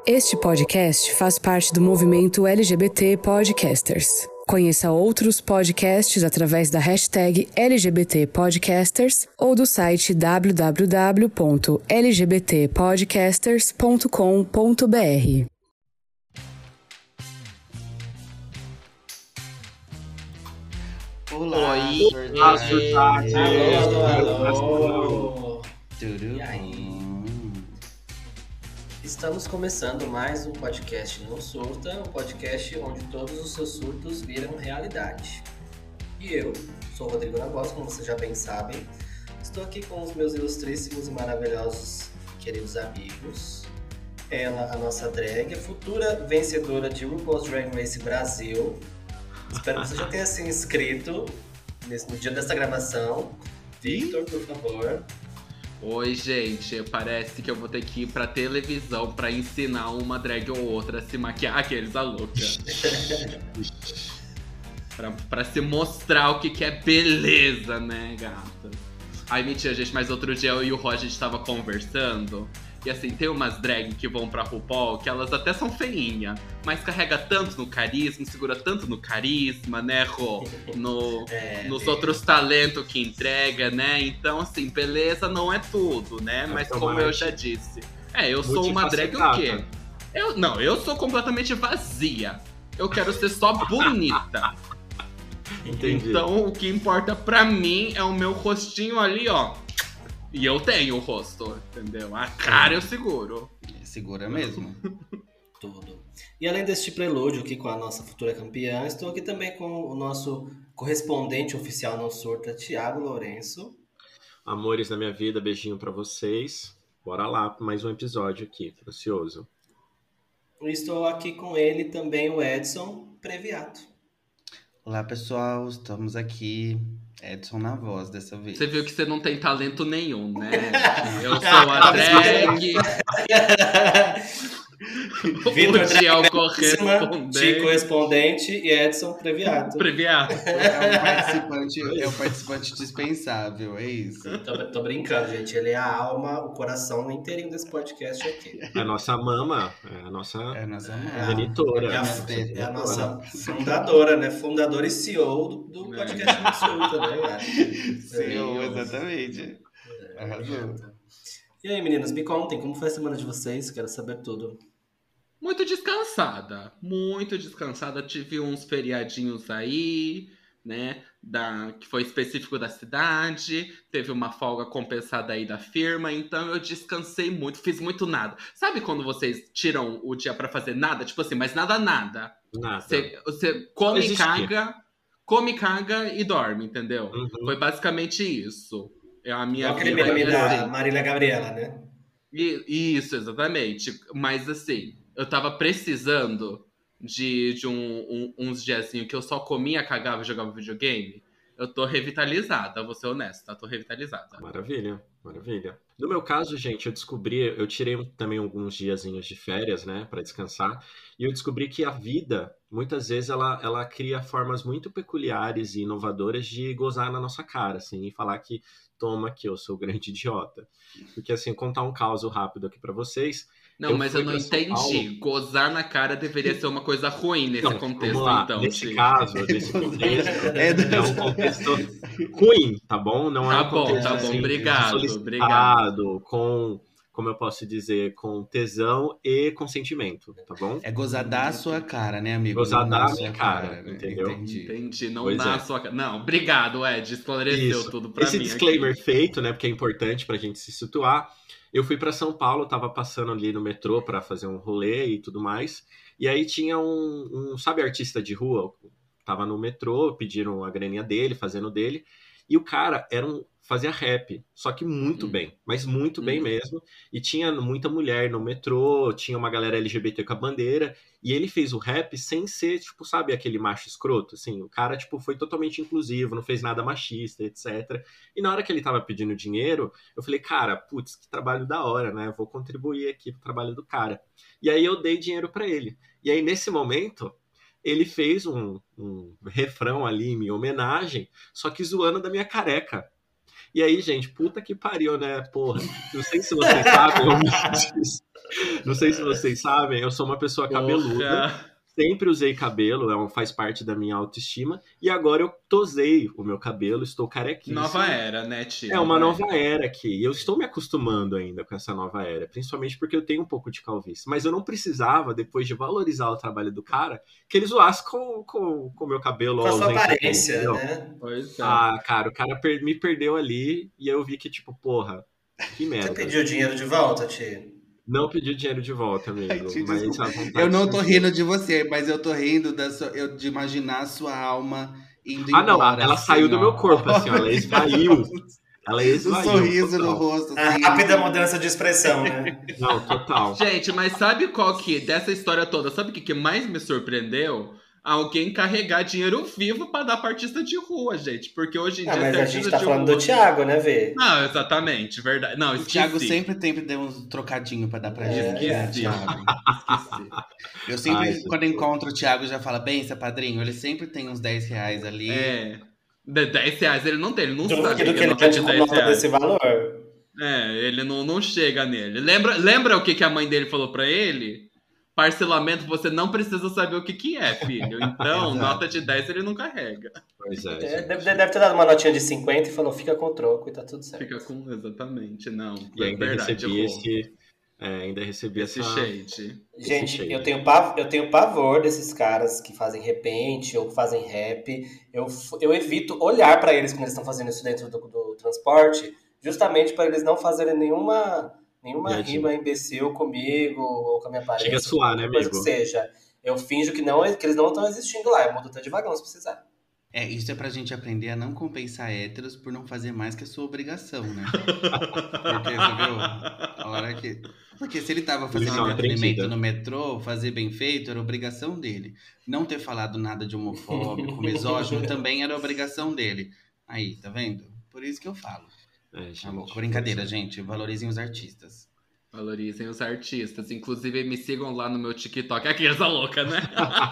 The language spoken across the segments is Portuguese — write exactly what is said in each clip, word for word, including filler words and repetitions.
Este podcast faz parte do movimento L G B T Podcasters. Conheça outros podcasts através da hashtag L G B T Podcasters ou do site w w w ponto l g b t podcasters ponto com ponto b r. Olá, Oi, sorvete. alô, alô, alô. Tudo E aí? bom? Estamos começando mais um podcast Não Surta, um podcast onde todos os seus surtos viram realidade. E eu, sou o Rodrigo Navos, como vocês já bem sabem. Estou aqui com os meus ilustríssimos e maravilhosos queridos amigos. Ela, a nossa drag, a futura vencedora de RuPaul's Drag Race Brasil. Espero que você já tenha se inscrito nesse, no dia dessa gravação. Victor, por favor. Oi, gente, parece que eu vou ter que ir pra televisão pra ensinar uma drag ou outra a se maquiar, aqueles a louca. pra, pra se mostrar o que, que é beleza, né, gata? Ai, mentira, gente, mas outro dia eu e o Roger, a gente tava conversando. E assim, tem umas drag que vão pra RuPaul que elas até são feinhas, mas carrega tanto no carisma, segura tanto no carisma, né, Rô? No, É, nos é. outros talentos que entrega, né? Então, assim, beleza não é tudo, né? Mas Então, como mas- eu já disse, é, eu sou uma drag o Multifacetada. quê? Eu, não, eu sou completamente vazia. Eu quero ser só bonita. Entendi. Então, o que importa pra mim é o meu rostinho ali, ó. E eu tenho o rosto, entendeu? A cara eu seguro. Segura mesmo. Tudo. E além deste prelúdio aqui com a nossa futura campeã, estou aqui também com o nosso correspondente oficial Não Surta, Thiago Lourenço. Amores da minha vida, beijinho pra vocês. Bora lá pra mais um episódio aqui, ansioso. E estou aqui com ele também, o Edson Previato. Olá, pessoal. Estamos aqui. Edson na voz dessa vez. Você viu que você não tem talento nenhum, né? Eu sou a drag. Vitor O Thiel Ti correspondente. correspondente e Edson Previato. Previado. É o participante, é o participante dispensável, é isso. Tô, tô brincando, gente. Ele é a alma, o coração inteirinho desse podcast aqui. É a nossa mama, é a nossa É a nossa É mãe. genitora. É a, Genitora. é a nossa fundadora, né? Fundadora e C E O do, do podcast Não Surta, né, cara? Sim, exatamente. Arrasou. E aí, meninas, me contem, como foi a semana de vocês? Quero saber tudo. Muito descansada. Muito descansada. Tive uns feriadinhos aí, né? Da, que foi específico da cidade. Teve uma folga compensada aí da firma. Então eu descansei muito. Fiz muito nada. Sabe quando vocês tiram o dia pra fazer nada? Tipo assim, mas nada, nada. Nada. Você, você come, Existir. caga, come, caga e dorme, entendeu? Uhum. Foi basicamente isso. É a minha Igual aquele vida. meme e da assim, Marília Gabriela, né? e- Isso, exatamente. Mas assim, eu tava precisando de, de um, um- uns diazinhos que eu só comia, cagava e jogava videogame. Eu tô revitalizada, vou ser honesta, tô revitalizada. Maravilha, maravilha. No meu caso, gente, eu descobri, eu tirei um- também alguns diazinhos de férias, né, pra descansar, e eu descobri que a vida, muitas vezes, ela, ela cria formas muito peculiares e inovadoras de gozar na nossa cara, assim, e falar que, toma que eu sou o grande idiota. Porque, assim, contar um caos rápido aqui pra vocês. Não, Eu mas fui eu não pra São entendi. Paulo. Gozar na cara deveria ser uma coisa ruim nesse Então, contexto, vamos lá. então. Nesse Ti. caso, nesse contexto, É é um contexto ruim, tá bom? Não é Tá um bom, contexto tá bom, assim, obrigado, solicitado, com, como eu posso dizer, com tesão e consentimento, tá bom? É gozar da sua cara, né, amigo? Gozar Não da na minha sua cara, né? entendeu? Entendi. Entendi, não Pois na é. sua cara. Não, obrigado, Ed, esclareceu Isso. tudo pra Esse mim. disclaimer aqui. feito, né, porque é importante pra gente se situar. Eu fui pra São Paulo, tava passando ali no metrô pra fazer um rolê e tudo mais. E aí tinha um, um, sabe, artista de rua? Tava no metrô, pediram a graninha dele, fazendo dele. E o cara era um, fazia rap, só que muito Hum. bem, mas muito bem Hum. mesmo. E tinha muita mulher no metrô, tinha uma galera L G B T com a bandeira. E ele fez o rap sem ser, tipo, sabe, aquele macho escroto, assim. O cara, tipo, foi totalmente inclusivo, não fez nada machista, etcétera. E na hora que ele tava pedindo dinheiro, eu falei, cara, putz, que trabalho da hora, né? Vou contribuir aqui pro trabalho do cara. E aí eu dei dinheiro pra ele. E aí, nesse momento, ele fez um, um refrão ali em minha homenagem, só que zoando da minha careca. E aí, gente, puta que pariu, né? Porra, não sei se vocês sabem, ouvintes, Não sei se vocês sabem, eu sou uma pessoa cabeluda. Porra. Sempre usei cabelo, é um, faz parte da minha autoestima. E agora eu tosei o meu cabelo, estou carequíssimo. Nova era, né, Tia? É uma nova era aqui. E eu estou me acostumando ainda com essa nova era. Principalmente porque eu tenho um pouco de calvície. Mas eu não precisava, depois de valorizar o trabalho do cara, que ele zoasse com o com, com meu cabelo. Com a sua ausente, aparência, entendeu? né? Pois é. Ah, cara, o cara per- me perdeu ali. E eu vi que, tipo, porra, que merda. Você pediu dinheiro de volta, Tio? Não pedi dinheiro de volta, amigo. Ai, te mas desculpa. a vontade Eu não tô sempre- rindo de você, mas eu tô rindo da sua, eu, de imaginar a sua alma indo Ah, não, embora. ela assim, saiu do ó. meu corpo, assim, ó, ela esvaiu. Ela O esvaiu. sorriso no total. rosto, A assim. rápida mudança de expressão, né? Não, total. Gente, mas sabe qual que, dessa história toda, sabe o que, que mais me surpreendeu? Alguém carregar dinheiro vivo pra dar pra artista de rua, gente. Porque hoje em Ah, dia... mas ser a artista gente tá de falando rua- do Thiago, né, Vê? Não, exatamente, verdade. Não, O esqueci. Thiago sempre, sempre deu uns trocadinhos pra dar pra É, gente, né, esqueci. Thiago? Esqueci. Eu sempre, Ai, quando Jesus. encontro o Thiago, já fala, bença, padrinho. Ele sempre tem uns dez reais ali. É. De dez reais ele não tem, ele não sabe Duvido que que é ele nota de pede dez nota reais. desse valor. É, ele não, não chega nele. Lembra, lembra o que, que a mãe dele falou pra ele? Parcelamento você não precisa saber o que, que é, filho. Então, Exato. nota de dez ele não carrega. Pois é. É, gente. deve, deve ter dado uma notinha de cinquenta e falou, fica com o troco e tá tudo certo. Fica com. Exatamente, não. E ainda é verdade, recebi Rô. esse. é, ainda recebi Esse essa. shade. Gente, shade. eu tenho, pav eu tenho pavor desses caras que fazem repente ou que fazem rap. Eu, f- eu evito olhar pra eles quando eles estão fazendo isso dentro do, do transporte, justamente para eles não fazerem nenhuma, nenhuma Piadinha. rima imbecil comigo ou com a minha aparência. Chega a suar, né, qualquer coisa amigo? que seja. Eu finjo que, não, que eles não estão existindo lá. Eu mudo até devagar se precisar. É, isso é pra gente aprender a não compensar héteros por não fazer mais que a sua obrigação, né? Porque, você viu? A hora que... Porque se ele tava fazendo Lição entretenimento aprendida. no metrô, fazer bem feito, era obrigação dele. Não ter falado nada de homofóbico, misógino, também era obrigação dele. Aí, tá vendo? Por isso que eu falo. É, Tá gente, louco. Brincadeira, pois é. gente. Valorizem os artistas. Valorizem os artistas. Inclusive, me sigam lá no meu TikTok. Aqueles a louca, né?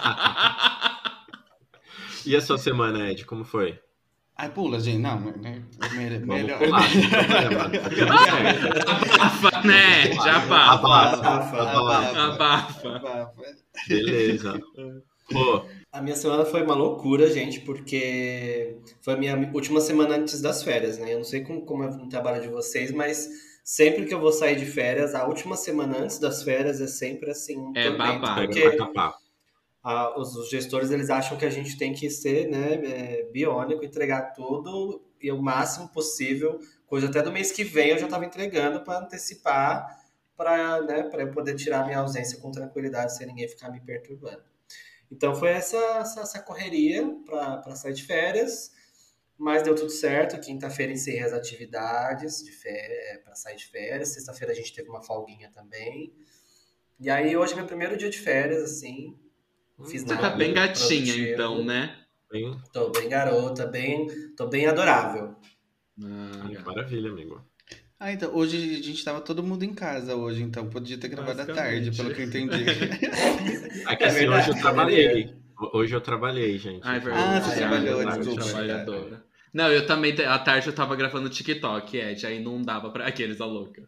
E a sua semana, Ed, como foi? Ai, pula, gente. Não, né? Mere- Vamos melhor. pular, sem problema. Tá tudo certo. Abafa, né? Já abafa. Abafa, Abafa, abafa. Abafa. Abafa. Beleza. Pô, A minha semana foi uma loucura, gente, porque foi a minha última semana antes das férias, né? Eu não sei como, como é o trabalho de vocês, mas sempre que eu vou sair de férias, a última semana antes das férias é sempre assim, um É tormento, babado. pega porque pra capar. ah, os, os gestores, eles acham que a gente tem que ser, né, é, biônico, entregar tudo e o máximo possível, coisa até do mês que vem eu já estava entregando para antecipar, para, né, para eu poder tirar minha ausência com tranquilidade, sem ninguém ficar me perturbando. Então foi essa, essa, essa correria para sair de férias, mas deu tudo certo. Quinta-feira encerrei as atividades de férias, para sair de férias. Sexta-feira a gente teve uma folguinha também. E aí hoje é meu primeiro dia de férias, assim. Fiz Você nada tá bem gatinha, produtivo. então, né? Bem, Tô bem garota, bem, tô bem adorável. Ah, maravilha, amigo. Ah, então, hoje a gente tava todo mundo em casa hoje, então podia ter gravado à tarde, Basicamente. pelo que eu entendi. É que É assim, verdade, hoje eu trabalhei. Hoje eu trabalhei, gente. Ah, é Ah, verdade. você Ah, trabalhou, é verdade, desculpa. trabalhadora. Não, eu também, te- à tarde eu tava gravando TikTok, Ed, aí não dava pra aqueles a louca.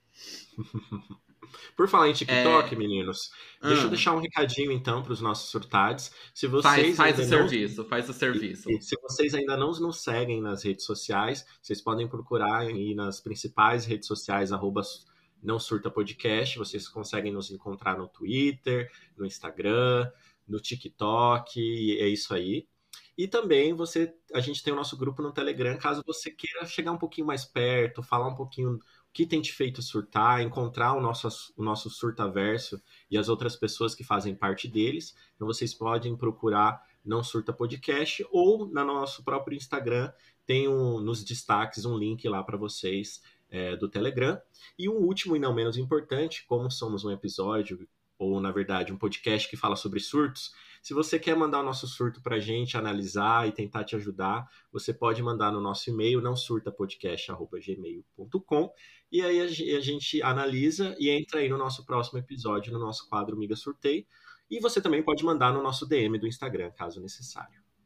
Por falar em TikTok, É. meninos, Ah. deixa eu deixar um recadinho então para os nossos surtados. Se vocês Faz, faz o ainda não- serviço, faz o serviço. E se vocês ainda não nos seguem nas redes sociais, vocês podem procurar aí nas principais redes sociais, arroba Não Surta Podcast. Vocês conseguem nos encontrar no Twitter, no Instagram, no TikTok, e é isso aí. E também você, a gente tem o nosso grupo no Telegram, caso você queira chegar um pouquinho mais perto, falar um pouquinho o que tem te feito surtar, encontrar o nosso, o nosso Surtaverso e as outras pessoas que fazem parte deles. Então vocês podem procurar Não Surta Podcast ou no nosso próprio Instagram tem um, nos destaques um link lá para vocês é, do Telegram. E um último e não menos importante, como somos um episódio ou na verdade um podcast que fala sobre surtos, se você quer mandar o nosso surto pra gente analisar e tentar te ajudar, você pode mandar no nosso e-mail não surta podcast arroba gmail ponto com e aí a ge- a gente analisa e entra aí no nosso próximo episódio, no nosso quadro Miga Surtei. E você também pode mandar no nosso D M do Instagram, caso necessário.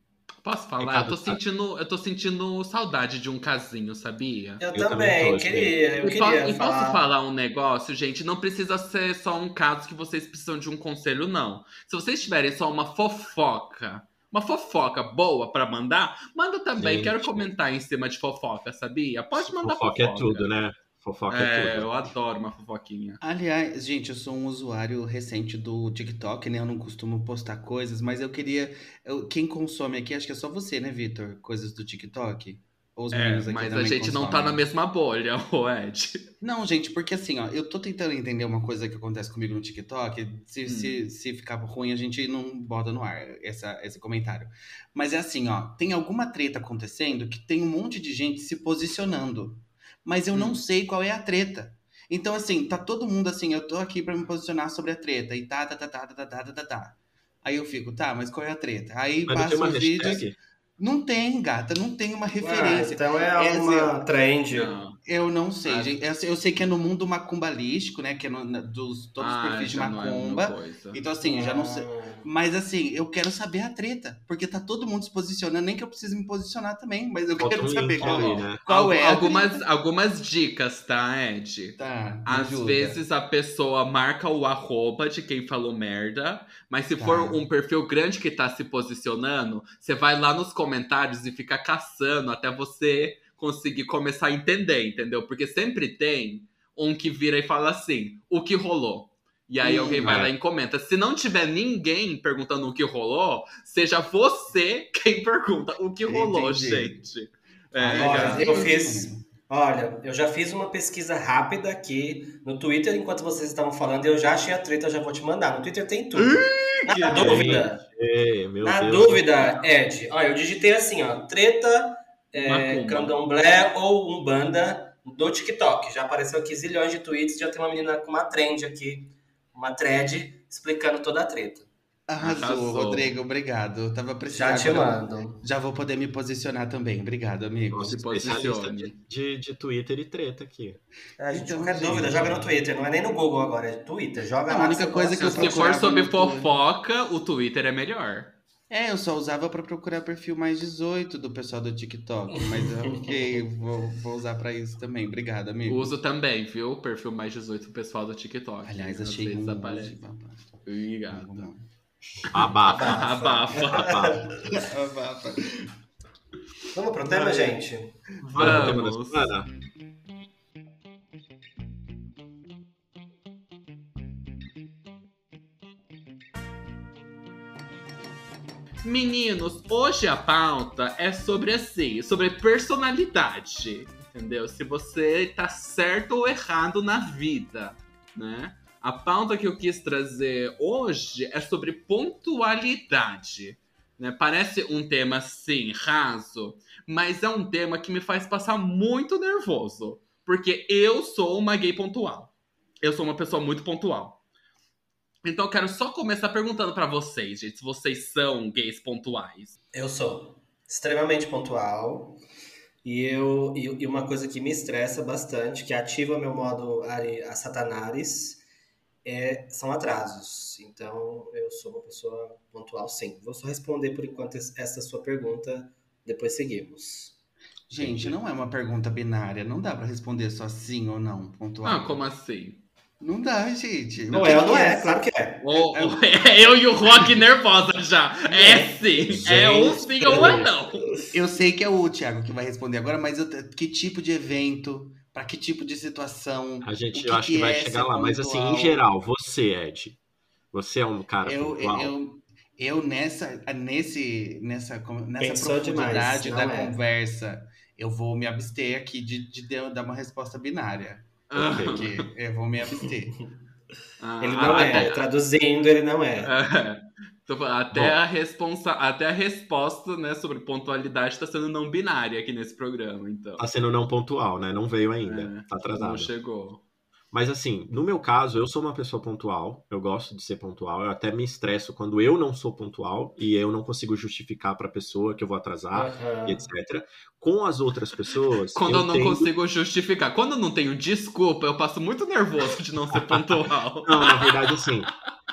Posso falar? Eu tô, sentindo, eu tô sentindo saudade de um casinho, sabia? Eu, Eu também, também tô, queria. Eu E, queria po- e falar. posso falar um negócio, gente? Não precisa ser só um caso que vocês precisam de um conselho, não. Se vocês tiverem só uma fofoca, uma fofoca boa pra mandar, manda também. Gente. Quero comentar em cima de fofoca, sabia? Pode mandar Fofoca fofoca. é tudo, né? Fofoca é, É, tudo. eu adoro uma fofoquinha. Aliás, gente, eu sou um usuário recente do TikTok, né? Eu não costumo postar coisas, mas eu queria. eu- quem consome aqui, acho que é só você, né, Vitor? Coisas do TikTok? Ou os É, meninos aqui mas a também gente não tá consomem? na mesma bolha, o Ed. Não, gente, porque assim, ó, eu tô tentando entender uma coisa que acontece comigo no TikTok. Se, Hum. se, se ficar ruim, a gente não bota no ar essa, esse comentário. Mas é assim, ó, tem alguma treta acontecendo que tem um monte de gente se posicionando. Mas eu não Hum. sei qual é a treta. Então, assim, tá todo mundo assim, eu tô aqui pra me posicionar sobre a treta. E tá, tá, tá, tá, tá, tá, tá, tá, tá, tá. Aí eu fico, tá, mas qual é a treta? Aí Mas não tem passo uma os hashtag? vídeos. Não tem, gata, não tem uma Ué, referência. então é Essa- alguma trend. Não. Eu não sei, Ah. gente. Eu, sei- eu sei que é no mundo macumbalístico, né? Que é no, na- dos todos os Ah, perfis de já não é uma macumba. coisa. Então, assim, eu já não sei. Ah, Mas, assim, eu quero saber a treta. Porque tá todo mundo se posicionando. Nem que eu precise me posicionar também. Mas eu Bota quero um saber link qual, ali, é- né? qual Algu- é a algumas, treta. algumas dicas, tá, Ed? Tá, me Às ajuda. vezes a pessoa marca o arroba de quem falou merda, mas se Tá. for um perfil grande que tá se posicionando, você vai lá nos comentários e fica caçando até você conseguir começar a entender, entendeu? Porque sempre tem um que vira e fala assim, o que rolou? E aí Hum, alguém vai é. lá e comenta. Se não tiver ninguém perguntando o que rolou, seja você quem pergunta o que rolou, Entendi. gente. É, Ai, Olha, gata. eu fiz- Olha, eu já fiz uma pesquisa rápida aqui no Twitter enquanto vocês estavam falando e eu já achei a treta, eu já vou te mandar. No Twitter tem tudo. Na que dúvida, Ei, meu na Deus. dúvida, Ed, olha, eu digitei assim, ó, treta, é, Macumba. candomblé ou umbanda do TikTok. Já apareceu aqui zilhões de tweets, já tem uma menina com uma trend aqui, uma thread explicando toda a treta. Arrasou, Arrasou. Rodrigo. Obrigado. Eu tava precisando. Já te agora mando. Já vou poder me posicionar também. Obrigado, amigo. Nossa, Se especialista posicione. de, de, de Twitter e treta aqui. É, gente, Então, qualquer gente. dúvida, joga no Twitter. Não é nem no Google agora, é Twitter. Joga A lá. única você coisa gosta. que eu Se for procurava sobre no Twitter. fofoca, o Twitter é melhor. É, eu só usava pra procurar perfil mais dezoito do pessoal do TikTok, mas ok, vou, vou usar pra isso também. Obrigado, amigo. Uso também, viu? O perfil mais dezoito do pessoal do TikTok. Aliás, Às achei vezes um aparece. hoje, babado. Ih, gata. Abafa. Abafa. Abafa. Abafa. Vamos pro tema, gente? Bora pro tema da Vamos. semana? Meninos, hoje a pauta é sobre assim, sobre personalidade, entendeu? Se você tá certo ou errado na vida, né? A pauta que eu quis trazer hoje é sobre pontualidade, né? Parece um tema, assim, raso, mas é um tema que me faz passar muito nervoso, porque eu sou uma gay pontual. Eu sou uma pessoa muito pontual. Então eu quero só começar perguntando pra vocês, gente, se vocês são gays pontuais. Eu sou extremamente pontual. E, eu, e, e uma coisa que me estressa bastante, que ativa meu modo ari- a satanares, é, são atrasos. Então eu sou uma pessoa pontual, sim. Vou só responder por enquanto es- essa sua pergunta, depois seguimos. Gente, não é uma pergunta binária. Não dá pra responder só sim ou não, pontual. Ah, como assim? Não dá, gente. Não O é que ou não que é? Claro que é. Oh, oh, eu e o Rock nervosa já. É sim. É ou sim ou é não. Eu sei que é o Thiago que vai responder agora, mas eu- que tipo de evento, pra que tipo de situação? A gente, O que eu acho que, que vai é chegar ser lá. Mas assim, pontual? em geral, você, Ed, você é um cara Eu, pontual? eu, eu nessa, nesse, nessa, nessa Pensou profundidade demais, da não é. conversa, eu vou me abster aqui de, de dar dar uma resposta binária. Porque eu vou me abster. Ah, Ele não até, é. Traduzindo, ele não é. é. Tô falando, até, Bom. a responsa... até a resposta, né, sobre pontualidade tá sendo não binária aqui nesse programa, então. Tá sendo não pontual, né? Não veio ainda. É, Tá atrasado. Não chegou. Mas assim, no meu caso, eu sou uma pessoa pontual. Eu gosto de ser pontual. Eu até me estresso quando eu não sou pontual e eu não consigo justificar pra pessoa que eu vou atrasar, Aham. e etcétera. Com as outras pessoas. Quando eu, não tendo- consigo justificar. Quando eu não tenho desculpa, eu passo muito nervoso de não ser pontual. Não, na verdade, assim.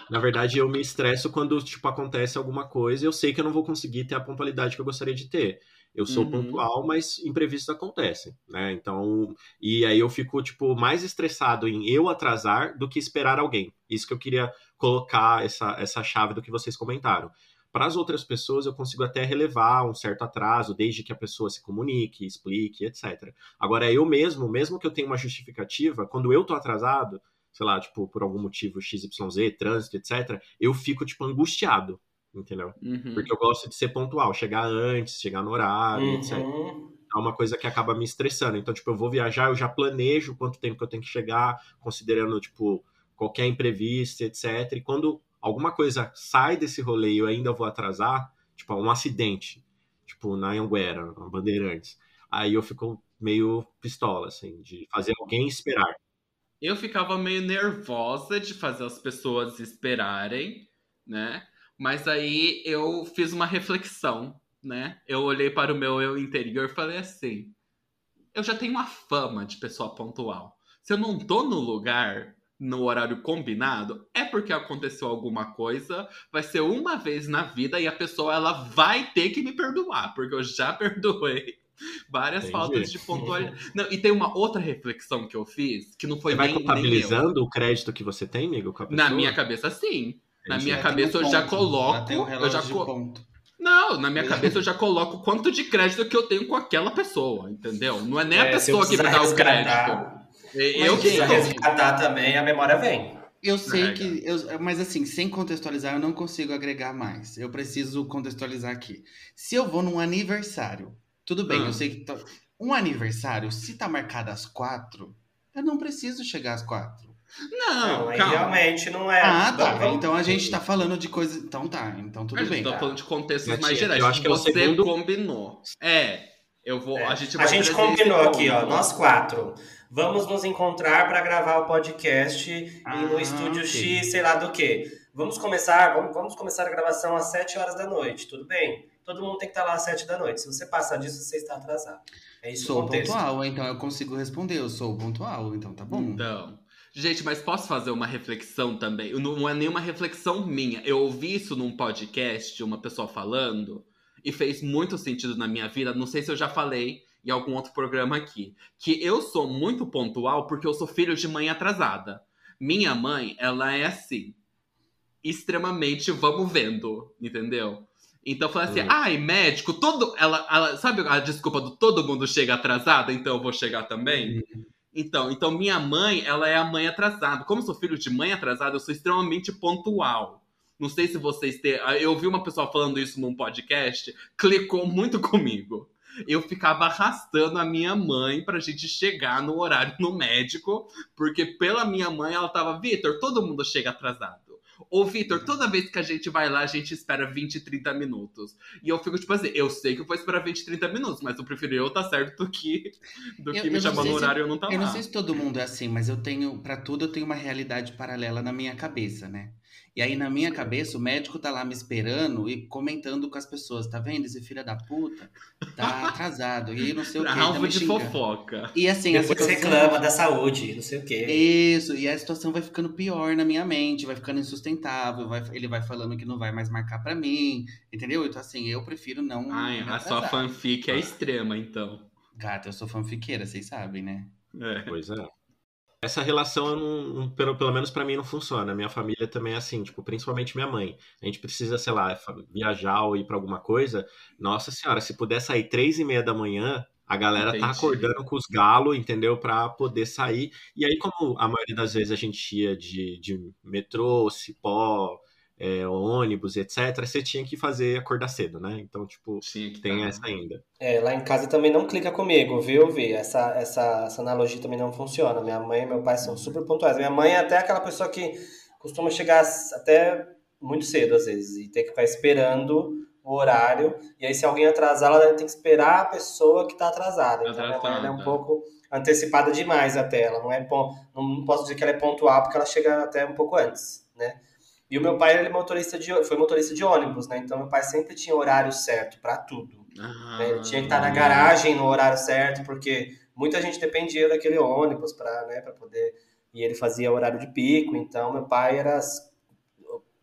Na verdade, eu me estresso quando, tipo, acontece alguma coisa e eu sei que eu não vou conseguir ter a pontualidade que eu gostaria de ter. Eu sou Uhum. pontual, mas imprevistos acontecem, né? Então, e aí eu fico, tipo, mais estressado em eu atrasar do que esperar alguém. Isso que eu queria colocar, essa, essa chave do que vocês comentaram. Para as outras pessoas, eu consigo até relevar um certo atraso, desde que a pessoa se comunique, explique, etcétera. Agora, eu mesmo, mesmo que eu tenha uma justificativa, quando eu tô atrasado, sei lá, tipo, por algum motivo X Y Z, trânsito, etcétera, eu fico, tipo, angustiado, entendeu? Uhum. Porque eu gosto de ser pontual, chegar antes, chegar no horário, etcétera. Uhum. É uma coisa que acaba me estressando. Então, tipo, eu vou viajar, eu já planejo quanto tempo que eu tenho que chegar, considerando, tipo, qualquer imprevisto, etcétera. E quando alguma coisa sai desse rolê e eu ainda vou atrasar, tipo, um acidente, tipo, na Anhanguera, na Bandeirantes, aí eu fico meio pistola, assim, de fazer alguém esperar. Eu ficava meio nervosa de fazer as pessoas esperarem, né? Mas aí eu fiz uma reflexão, né? Eu olhei para o meu eu interior e falei assim: eu já tenho uma fama de pessoa pontual. Se eu não tô no lugar, no horário combinado, é porque aconteceu alguma coisa, vai ser uma vez na vida e a pessoa ela vai ter que me perdoar, porque eu já perdoei várias Entendi. faltas de pontualidade. Não, e tem uma outra reflexão que eu fiz, que não foi Você vai nem, nem eu. contabilizando o crédito que você tem, amigo, com a pessoa? Na minha cabeça, sim. Na Entendi. minha Já cabeça tem um eu já ponto, coloco. Já tem um eu relógio já de co- ponto. Não, na minha cabeça eu já coloco quanto de crédito que eu tenho com aquela pessoa, entendeu? Não é nem a É, se eu pessoa que me precisar dá o resgatar- crédito. Mas, Eu Se que precisar gente, sou. resgatar também, a memória vem. Eu sei É, que. Eu, mas assim, sem contextualizar, eu não consigo agregar mais. Eu preciso contextualizar aqui. Se eu vou num aniversário, tudo bem, Ah. eu sei que. tá- Um aniversário, se tá marcado às quatro, eu não preciso chegar às quatro. Não, aí calma. realmente não é. Ah, tá. Vamos- vamos- Então a gente tá falando de coisa. Então tá, então tudo A gente bem. tá falando de contextos mais Gatinha, gerais. eu acho que é o Você segundo- combinou. É, eu vou. É. A gente A vai gente trazer combinou esse aqui, ó, ponto. nós quatro. Vamos nos encontrar para gravar o podcast e no Ah, estúdio ok. X, sei lá do que. Vamos começar, vamos, vamos começar a gravação às sete horas da noite, tudo bem? Todo mundo tem que estar lá às sete da noite. Se você passar disso, você está atrasado. É isso o Sou contexto. pontual, então eu consigo responder. Eu sou pontual, então tá bom. Então, gente, mas posso fazer uma reflexão também? Não é nenhuma reflexão minha. Eu ouvi isso num podcast, uma pessoa falando, e fez muito sentido na minha vida. Não sei se eu já falei em algum outro programa aqui. Que eu sou muito pontual porque eu sou filho de mãe atrasada. Minha mãe, ela é assim, extremamente vamos vendo, entendeu? Então eu falei assim, Hum. ai, médico, todo. Ela, ela, sabe a desculpa do todo mundo chega atrasado, então eu vou chegar também? Então, então, minha mãe, ela é a mãe atrasada. Como eu sou filho de mãe atrasada, eu sou extremamente pontual. Não sei se vocês têm... Eu ouvi uma pessoa falando isso num podcast, clicou muito comigo. Eu ficava arrastando a minha mãe pra gente chegar no horário no médico, porque pela minha mãe, ela tava, Vitor, todo mundo chega atrasado. Ô, Vitor, toda vez que a gente vai lá, a gente espera vinte, trinta minutos. E eu fico tipo assim, eu sei que eu vou esperar vinte, trinta minutos, mas eu prefiro eu estar certo do que, do Eu- que eu me não chamar sei no se- horário e eu não tá Eu lá. não sei se todo mundo é assim, mas eu tenho, pra tudo, eu tenho uma realidade paralela na minha cabeça, né? E aí, na minha cabeça, o médico tá lá me esperando e comentando com as pessoas, tá vendo? Esse filho da puta tá atrasado. E aí, não sei o quê, tá Alvo me de xingando. fofoca. E assim, a Depois situação... reclama da saúde, não sei o quê. Isso, e a situação vai ficando pior na minha mente, vai ficando insustentável, vai- ele vai falando que não vai mais marcar pra mim, entendeu? Então, assim, eu prefiro não Ai, me a sua atrasar. fanfic é extrema, então. Gata, eu sou fanfiqueira, vocês sabem, né? É. Pois é. Essa relação, eu não, não- pelo, pelo menos pra mim, não funciona. Minha família também é assim, tipo, principalmente minha mãe. A gente precisa, sei lá, fa- viajar ou ir pra alguma coisa. Nossa senhora, se puder sair três e meia da manhã, a galera tá Entendi. acordando com os galos, entendeu? Pra poder sair. E aí, como a maioria das vezes a gente ia de, de metrô, cipó, é, ônibus, etcétera, você tinha que fazer acordar cedo, né? Então, tipo, Tinha que tem tá. essa ainda. É, lá em casa também não clica comigo, viu, Vi? Essa, essa, essa analogia também não funciona. Minha mãe e meu pai são super pontuais. Minha mãe é até aquela pessoa que costuma chegar até muito cedo, às vezes, e ter que ficar esperando o horário. E aí, se alguém atrasar, ela tem que esperar a pessoa que tá atrasada. Então, minha mãe ela é um Atrasada. pouco antecipada demais até. Ela não é pon- não posso dizer que ela é pontual, porque ela chega até um pouco antes, né? E o meu pai, ele é motorista de, foi motorista de ônibus, né? Então, meu pai sempre tinha horário certo para tudo. Ah, Né? Ele tinha que estar na garagem no horário certo, porque muita gente dependia daquele ônibus para, né, para poder... E ele fazia horário de pico, então meu pai era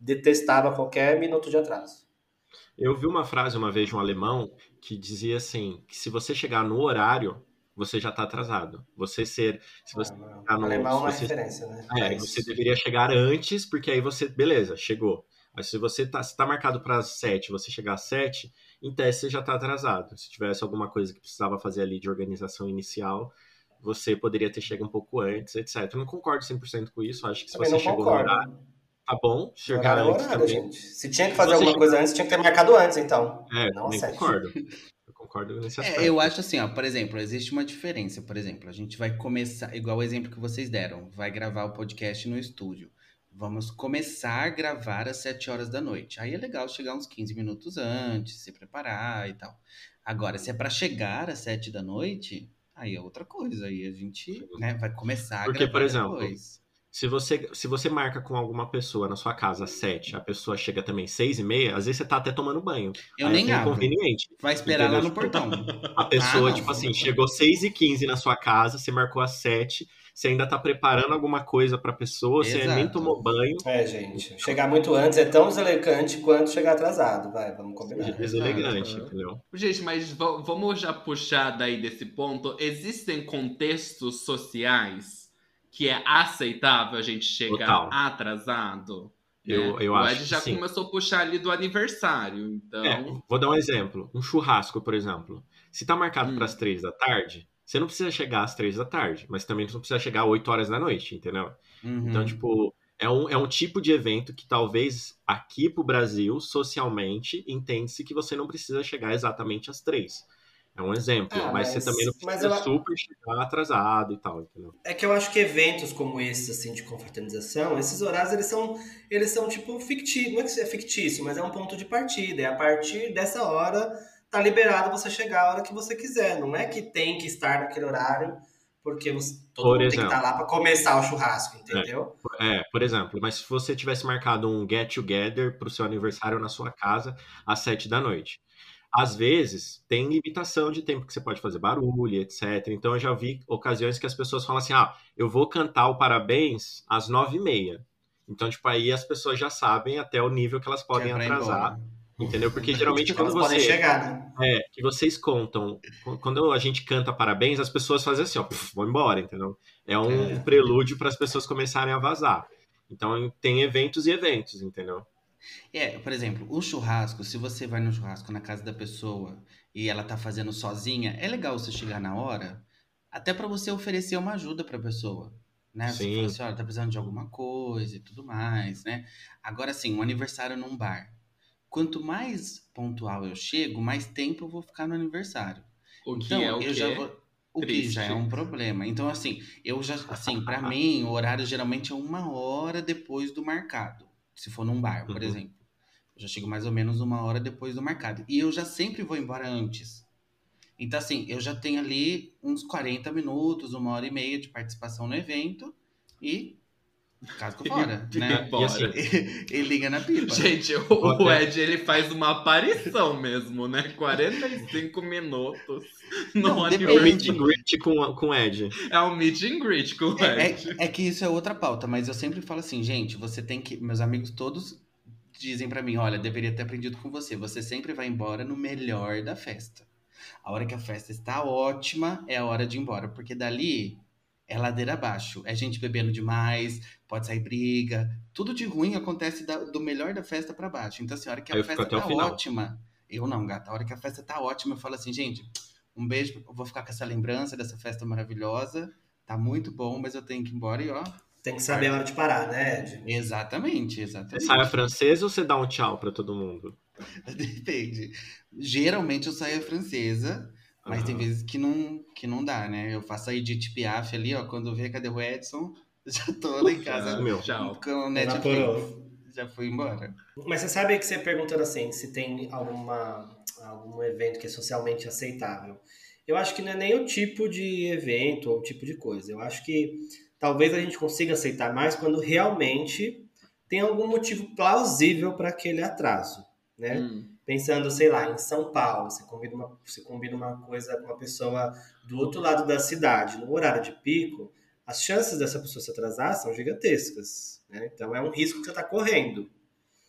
detestava qualquer minuto de atraso. Eu vi uma frase uma vez de um alemão que dizia assim, que se você chegar no horário, você já está atrasado. Você ser, se você Ah, chegar o no, alemão é se uma você, referência, né? é, você deveria chegar antes, porque aí você, beleza, chegou. Mas se você tá, se tá marcado para as sete, você chegar às sete, em tese você já está atrasado. Se tivesse alguma coisa que precisava fazer ali de organização inicial, você poderia ter chegado um pouco antes, etcétera. Eu não concordo cem por cento com isso. Acho que se Também você não chegou no horário, concordo. tá bom. O Chegar horário é o antes horário, também. gente. Se tinha que Se fazer você alguma chegar... coisa antes, tinha que ter marcado antes, então. É, Não às nem sete. concordo. Eu concordo nesse É, aspecto. eu acho assim, ó, por exemplo, existe uma diferença. Por exemplo, a gente vai começar, igual o exemplo que vocês deram, vai gravar o podcast no estúdio. Vamos começar a gravar às sete horas da noite. Aí é legal chegar uns quinze minutos antes, se preparar e tal. Agora, se é pra chegar às sete da noite, aí é outra coisa. Aí a gente, né, vai começar a Porque, gravar por exemplo, depois. se você, se você marca com alguma pessoa na sua casa às sete, a pessoa chega também às seis e meia, às vezes você tá até tomando banho. Eu Aí é nem até abro. inconveniente. Vai esperar Entendeu? lá no Tipo, portão. a pessoa, Ah, não. tipo assim, chegou seis e quinze na sua casa, você marcou às sete, você ainda tá preparando alguma coisa pra pessoa, você nem Exato. tomou banho. É, gente. Chegar muito antes é tão deselegante quanto chegar atrasado. Vai, vamos combinar. Seja deselegante, Aham. entendeu? Gente, mas v- vamos já puxar daí desse ponto. Existem contextos sociais que é aceitável a gente chegar Total. atrasado? Né? Eu, eu o acho Ed que já sim. começou a puxar ali do aniversário, então. É, vou dar um exemplo. Um churrasco, por exemplo. Se tá marcado Hum. para as três da tarde, você não precisa chegar às três da tarde, mas também não precisa chegar às oito horas da noite, entendeu? Uhum. Então, tipo, é um, é um tipo de evento que talvez aqui pro Brasil, socialmente, entende-se que você não precisa chegar exatamente às três. É um exemplo, Ah, mas, mas- você também não mas precisa eu- super chegar atrasado e tal, entendeu? É que eu acho que eventos como esses, assim, de confraternização, esses horários, eles são, eles são tipo, fictícios. Não é que é fictício, mas é um ponto de partida. É a partir dessa hora, tá liberado você chegar a hora que você quiser. Não é que tem que estar naquele horário, porque você, todo Por mundo tem que exemplo. estar lá pra começar o churrasco, entendeu? É, por exemplo, mas se você tivesse marcado um get together pro seu aniversário na sua casa às sete da noite. Às vezes, tem limitação de tempo que você pode fazer barulho, etcétera. Então, eu já vi ocasiões que as pessoas falam assim, ah, eu vou cantar o parabéns às nove e meia. Então, tipo, aí as pessoas já sabem até o nível que elas podem Que é pra ir atrasar, embora. entendeu? Porque geralmente Porque quando elas podem você... chegar, né? É, que vocês contam, quando a gente canta parabéns, as pessoas fazem assim, ó, puf, vão embora, entendeu? É um É. prelúdio para as pessoas começarem a vazar. Então, tem eventos e eventos, entendeu? É, por exemplo, o churrasco, se você vai no churrasco na casa da pessoa e ela tá fazendo sozinha, é legal você chegar na hora, até pra você oferecer uma ajuda pra pessoa, né? Você Sim. fala assim, olha, tá precisando de alguma coisa e tudo mais, né? Agora sim, um aniversário num bar. Quanto mais pontual eu chego, mais tempo eu vou ficar no aniversário. O que Então, é o eu que já é vou. O que triste. já é um problema. Então, assim, eu já, assim, pra mim, o horário geralmente é uma hora depois do marcado. Se for num bar, por Uhum. exemplo. Eu já chego mais ou menos uma hora depois do marcado. E eu já sempre vou embora antes. Então, assim, eu já tenho ali uns quarenta minutos, uma hora e meia de participação no evento e casco fora, E né? E assim, bora. E, e liga na pipa. Gente, o, Pode- o Ed, ele faz uma aparição mesmo, né? quarenta e cinco minutos no Não, é o depende. meet and greet com, com o Ed. É um meet and greet com o É, Ed. é, é que isso é outra pauta, mas eu sempre falo assim, gente, você tem que. Meus amigos todos dizem pra mim, olha, deveria ter aprendido com você. Você sempre vai embora no melhor da festa. A hora que a festa está ótima é a hora de ir embora, porque dali é ladeira abaixo. É gente bebendo demais, pode sair briga. Tudo de ruim acontece da- do melhor da festa pra baixo. Então, assim, a hora que a Aí eu fico festa até o tá final. ótima. Eu não, gata. A hora que a festa tá ótima, eu falo assim, gente, um beijo. Eu vou ficar com essa lembrança dessa festa maravilhosa. Tá muito bom, mas eu tenho que ir embora e ó. Tem que saber a hora de parar, né, Ed? Exatamente, Você exatamente. sai a francesa ou você dá um tchau pra todo mundo? Depende. Geralmente eu saio a francesa, mas tem Ah. vezes que não, que não dá, né? Eu faço a Edith Piaf ali, ó. Quando vê cadê o Edson, já tô lá em casa meu. Tchau. com o Netflix. Evaporou. Já fui embora. Mas você sabe que você perguntando assim, se tem alguma, algum evento que é socialmente aceitável. Eu acho que não é nem o tipo de evento ou o tipo de coisa. Eu acho que talvez a gente consiga aceitar mais quando realmente tem algum motivo plausível para aquele atraso, né? Hum. Pensando, sei lá, em São Paulo, você combina, uma, você combina uma coisa com uma pessoa do outro lado da cidade, no horário de pico, as chances dessa pessoa se atrasar são gigantescas, né? Então é um risco que você está correndo.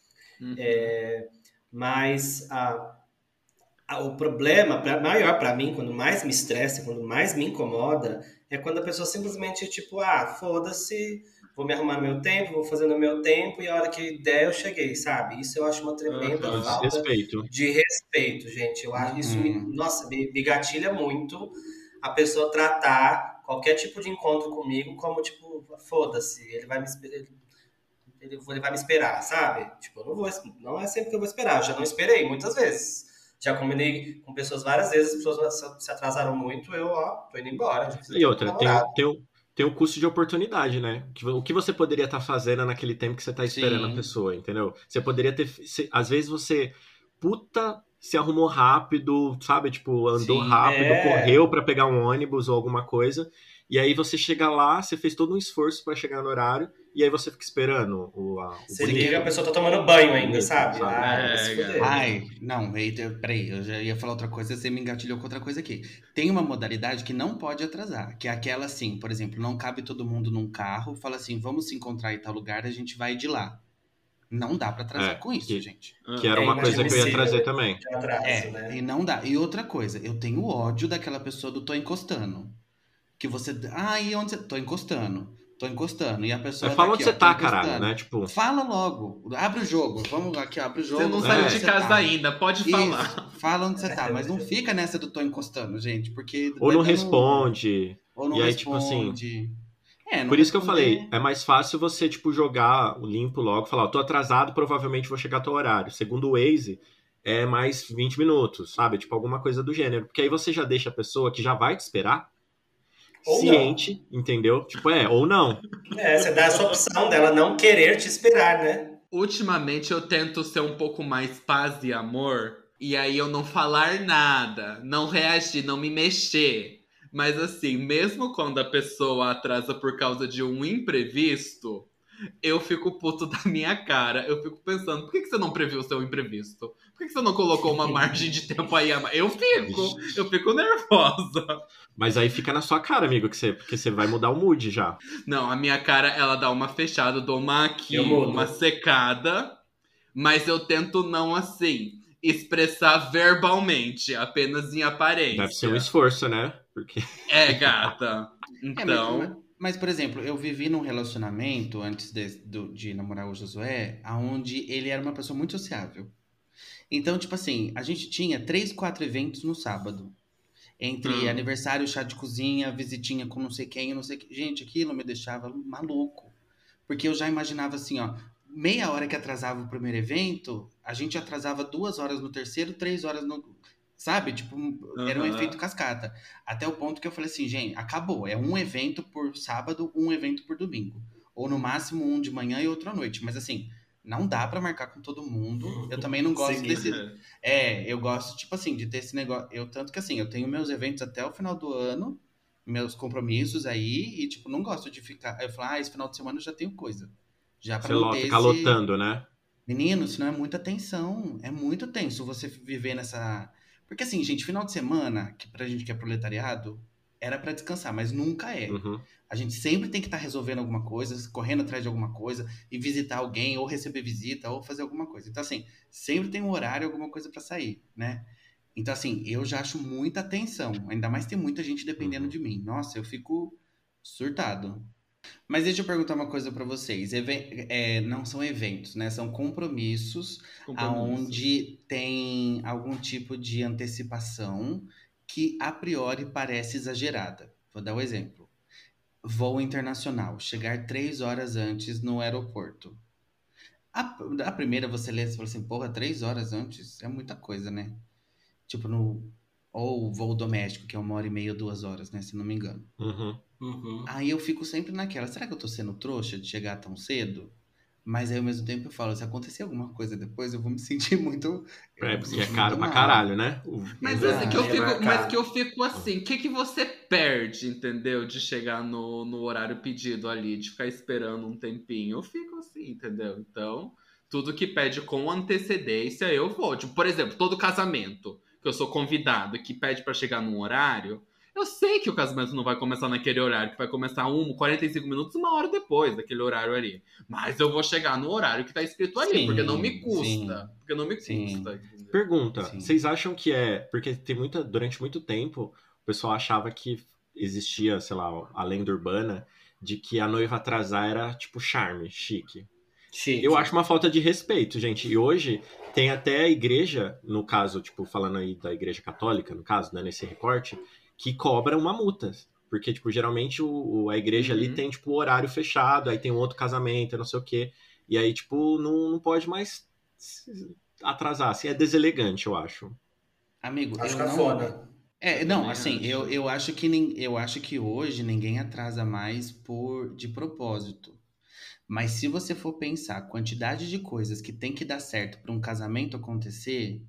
Uhum. É, mas a, a, o problema pra, maior para mim, quando mais me estressa, quando mais me incomoda, é quando a pessoa simplesmente, tipo, ah, foda-se, vou me arrumar no meu tempo, vou fazer no meu tempo, e a hora que der eu cheguei, sabe? Isso eu acho uma tremenda Aham. falta Desrespeito. de respeito, gente. Eu acho isso, me, Uhum. nossa, me, me gatilha muito a pessoa tratar qualquer tipo de encontro comigo como, tipo, foda-se, ele vai me esperar, ele, ele vai me esperar, sabe? Tipo, eu não vou, não é sempre que eu vou esperar, eu já não esperei muitas vezes. Já combinei com pessoas várias vezes, as pessoas se atrasaram muito, eu, ó, tô indo embora, já fiz E até com o outra, tem namorado. o, tem o, tem o custo de oportunidade, né? Que- O que você poderia estar fazendo naquele tempo que você tá esperando a Sim. pessoa, entendeu? Você poderia ter. se- Às vezes você, puta, se arrumou rápido, sabe? Tipo, andou Sim. rápido, É, correu pra pegar um ônibus ou alguma coisa. E aí você chega lá, você fez todo um esforço pra chegar no horário, e aí você fica esperando o, a- o você bonito. liga, a pessoa tá tomando banho ainda, Bonito, sabe? sabe? Ah, vai se É, fuder. Ai, não, eita, peraí, eu já ia falar outra coisa, você me engatilhou com outra coisa aqui. Tem uma modalidade que não pode atrasar, que é aquela assim, por exemplo, não cabe todo mundo num carro, fala assim, vamos se encontrar em tal lugar, a gente vai de lá. Não dá pra atrasar É, com isso, que, gente. que era É uma coisa que eu ia inadmissível trazer esse também. tipo de atraso, É, né? e não dá. E outra coisa, eu tenho ódio daquela pessoa do tô encostando. Que você, ah, e onde você... Tô encostando, tô encostando. E a É, pessoa tá fala onde aqui, você ó, tô tá, caralho, encostando. né? Tipo, Fala logo, abre o jogo, vamos aqui, ó, abre o Você jogo, não fala saiu É. onde de você casa tá. ainda, pode Isso, falar. fala onde você tá, mas não fica nessa do tô encostando, gente, porque ou vai não dando. responde. Ou não E aí, tipo assim. responde. É, não Por isso que eu falei, responder. é mais fácil você, tipo, jogar o limpo logo, falar, ó, tô atrasado, provavelmente vou chegar ao teu horário. Segundo o Waze, é mais vinte minutos, sabe? Tipo, alguma coisa do gênero. Porque aí você já deixa a pessoa que já vai te esperar Ou não. ciente, entendeu? Tipo, é, ou não. É, você dá essa opção dela não querer te esperar, né? Ultimamente eu tento ser um pouco mais paz e amor, e aí eu não falar nada, não reagir, não me mexer. Mas assim, mesmo quando a pessoa atrasa por causa de um imprevisto, eu fico puto da minha cara. Eu fico pensando, por que que você não previu o seu imprevisto? Por que que você não colocou uma margem de tempo aí? a mais? Eu fico, eu fico nervosa. Mas aí fica na sua cara, amigo, que você, porque você vai mudar o mood já. Não, a minha cara, ela dá uma fechada, eu dou uma aqui, Eu mudo. uma secada, mas eu tento não, assim, expressar verbalmente, apenas em aparência. Deve ser um esforço, né? Porque. É, gata. É, mas, Então, mas- mas, por exemplo, eu vivi num relacionamento antes de, do- de namorar o Josué, onde ele era uma pessoa muito sociável. Então, tipo assim, a gente tinha três, quatro eventos no sábado. Entre Hum. aniversário, chá de cozinha, visitinha com não sei quem, não sei que. Gente, aquilo me deixava maluco. Porque eu já imaginava assim, ó, meia hora que atrasava o primeiro evento, a gente atrasava duas horas no terceiro, três horas no. Sabe? Tipo, era um Aham. efeito cascata. Até o ponto que eu falei assim, gente, acabou. É um evento por sábado, um evento por domingo. Ou no máximo um de manhã e outro à noite. Mas assim, não dá pra marcar com todo mundo. Eu também não gosto Seguido. desse. É, eu gosto, tipo assim, de ter esse negócio. Eu, tanto que assim, eu tenho meus eventos até o final do ano, meus compromissos aí, e tipo, não gosto de ficar. Eu falo, ah, esse final de semana eu já tenho coisa. Já pra Você não lo- ter ficar esse. lotando, né? Menino, senão é muita tensão. É muito tenso você viver nessa. Porque assim, gente, final de semana, que pra gente que é proletariado, era pra descansar, mas nunca é. Uhum. A gente sempre tem que estar resolvendo alguma coisa, correndo atrás de alguma coisa, e visitar alguém, ou receber visita, ou fazer alguma coisa. Então, assim, sempre tem um horário, alguma coisa pra sair, né? Então, assim, eu já acho muita tensão. Ainda mais tem muita gente dependendo Uhum. de mim. Nossa, eu fico surtado. Mas deixa eu perguntar uma coisa pra vocês. Even- é, não são eventos, né? São compromissos Compromisso. aonde tem algum tipo de antecipação que a priori parece exagerada. Vou dar um exemplo. Voo internacional, chegar três horas antes no aeroporto. A, a primeira você lê e fala assim, porra, três horas antes é muita coisa, né? Tipo no. Ou voo doméstico, que é uma hora e meia, duas horas, né? Se não me engano. Uhum. Uhum. Aí eu fico sempre naquela, será que eu tô sendo trouxa de chegar tão cedo? Mas aí ao mesmo tempo eu falo, se acontecer alguma coisa depois, eu vou me sentir muito. Eu É, vou me porque é sentir caro muito pra mal. caralho, né? O- Mas Exato. assim, que eu É fico, marcado. mas que eu fico assim, o que, que você perde, entendeu? De chegar no, no horário pedido ali, de ficar esperando um tempinho. Eu fico assim, entendeu? Então, tudo que pede com antecedência, eu vou. Tipo, por exemplo, todo casamento que eu sou convidado, que pede pra chegar num horário, Eu sei que o casamento não vai começar naquele horário, que vai começar um, quarenta e cinco minutos, uma hora depois daquele horário ali. Mas eu vou chegar no horário que tá escrito ali, Sim, porque não me custa. sim, Porque não me sim. custa. Entendeu? Pergunta, Sim. vocês acham que é... Porque tem muita, durante muito tempo, o pessoal achava que existia, sei lá, a lenda urbana de que a noiva atrasar era, tipo, charme, chique. Chique. Eu acho uma falta de respeito, gente. E hoje tem até a igreja, no caso, tipo, falando aí da igreja católica, no caso, né, nesse recorte, que cobra uma multa. Porque, tipo, geralmente o, o- a igreja ali Uhum. tem, tipo, o horário fechado, aí tem um outro casamento, não sei o quê. E aí, tipo, não, não pode mais se atrasar. Assim, é deselegante, eu acho. Amigo, Acho eu cafona. não. É, Eu não, também assim, acho. eu, eu acho que nin- eu acho que hoje ninguém atrasa mais por de propósito. Mas se você for pensar a quantidade de coisas que tem que dar certo para um casamento acontecer,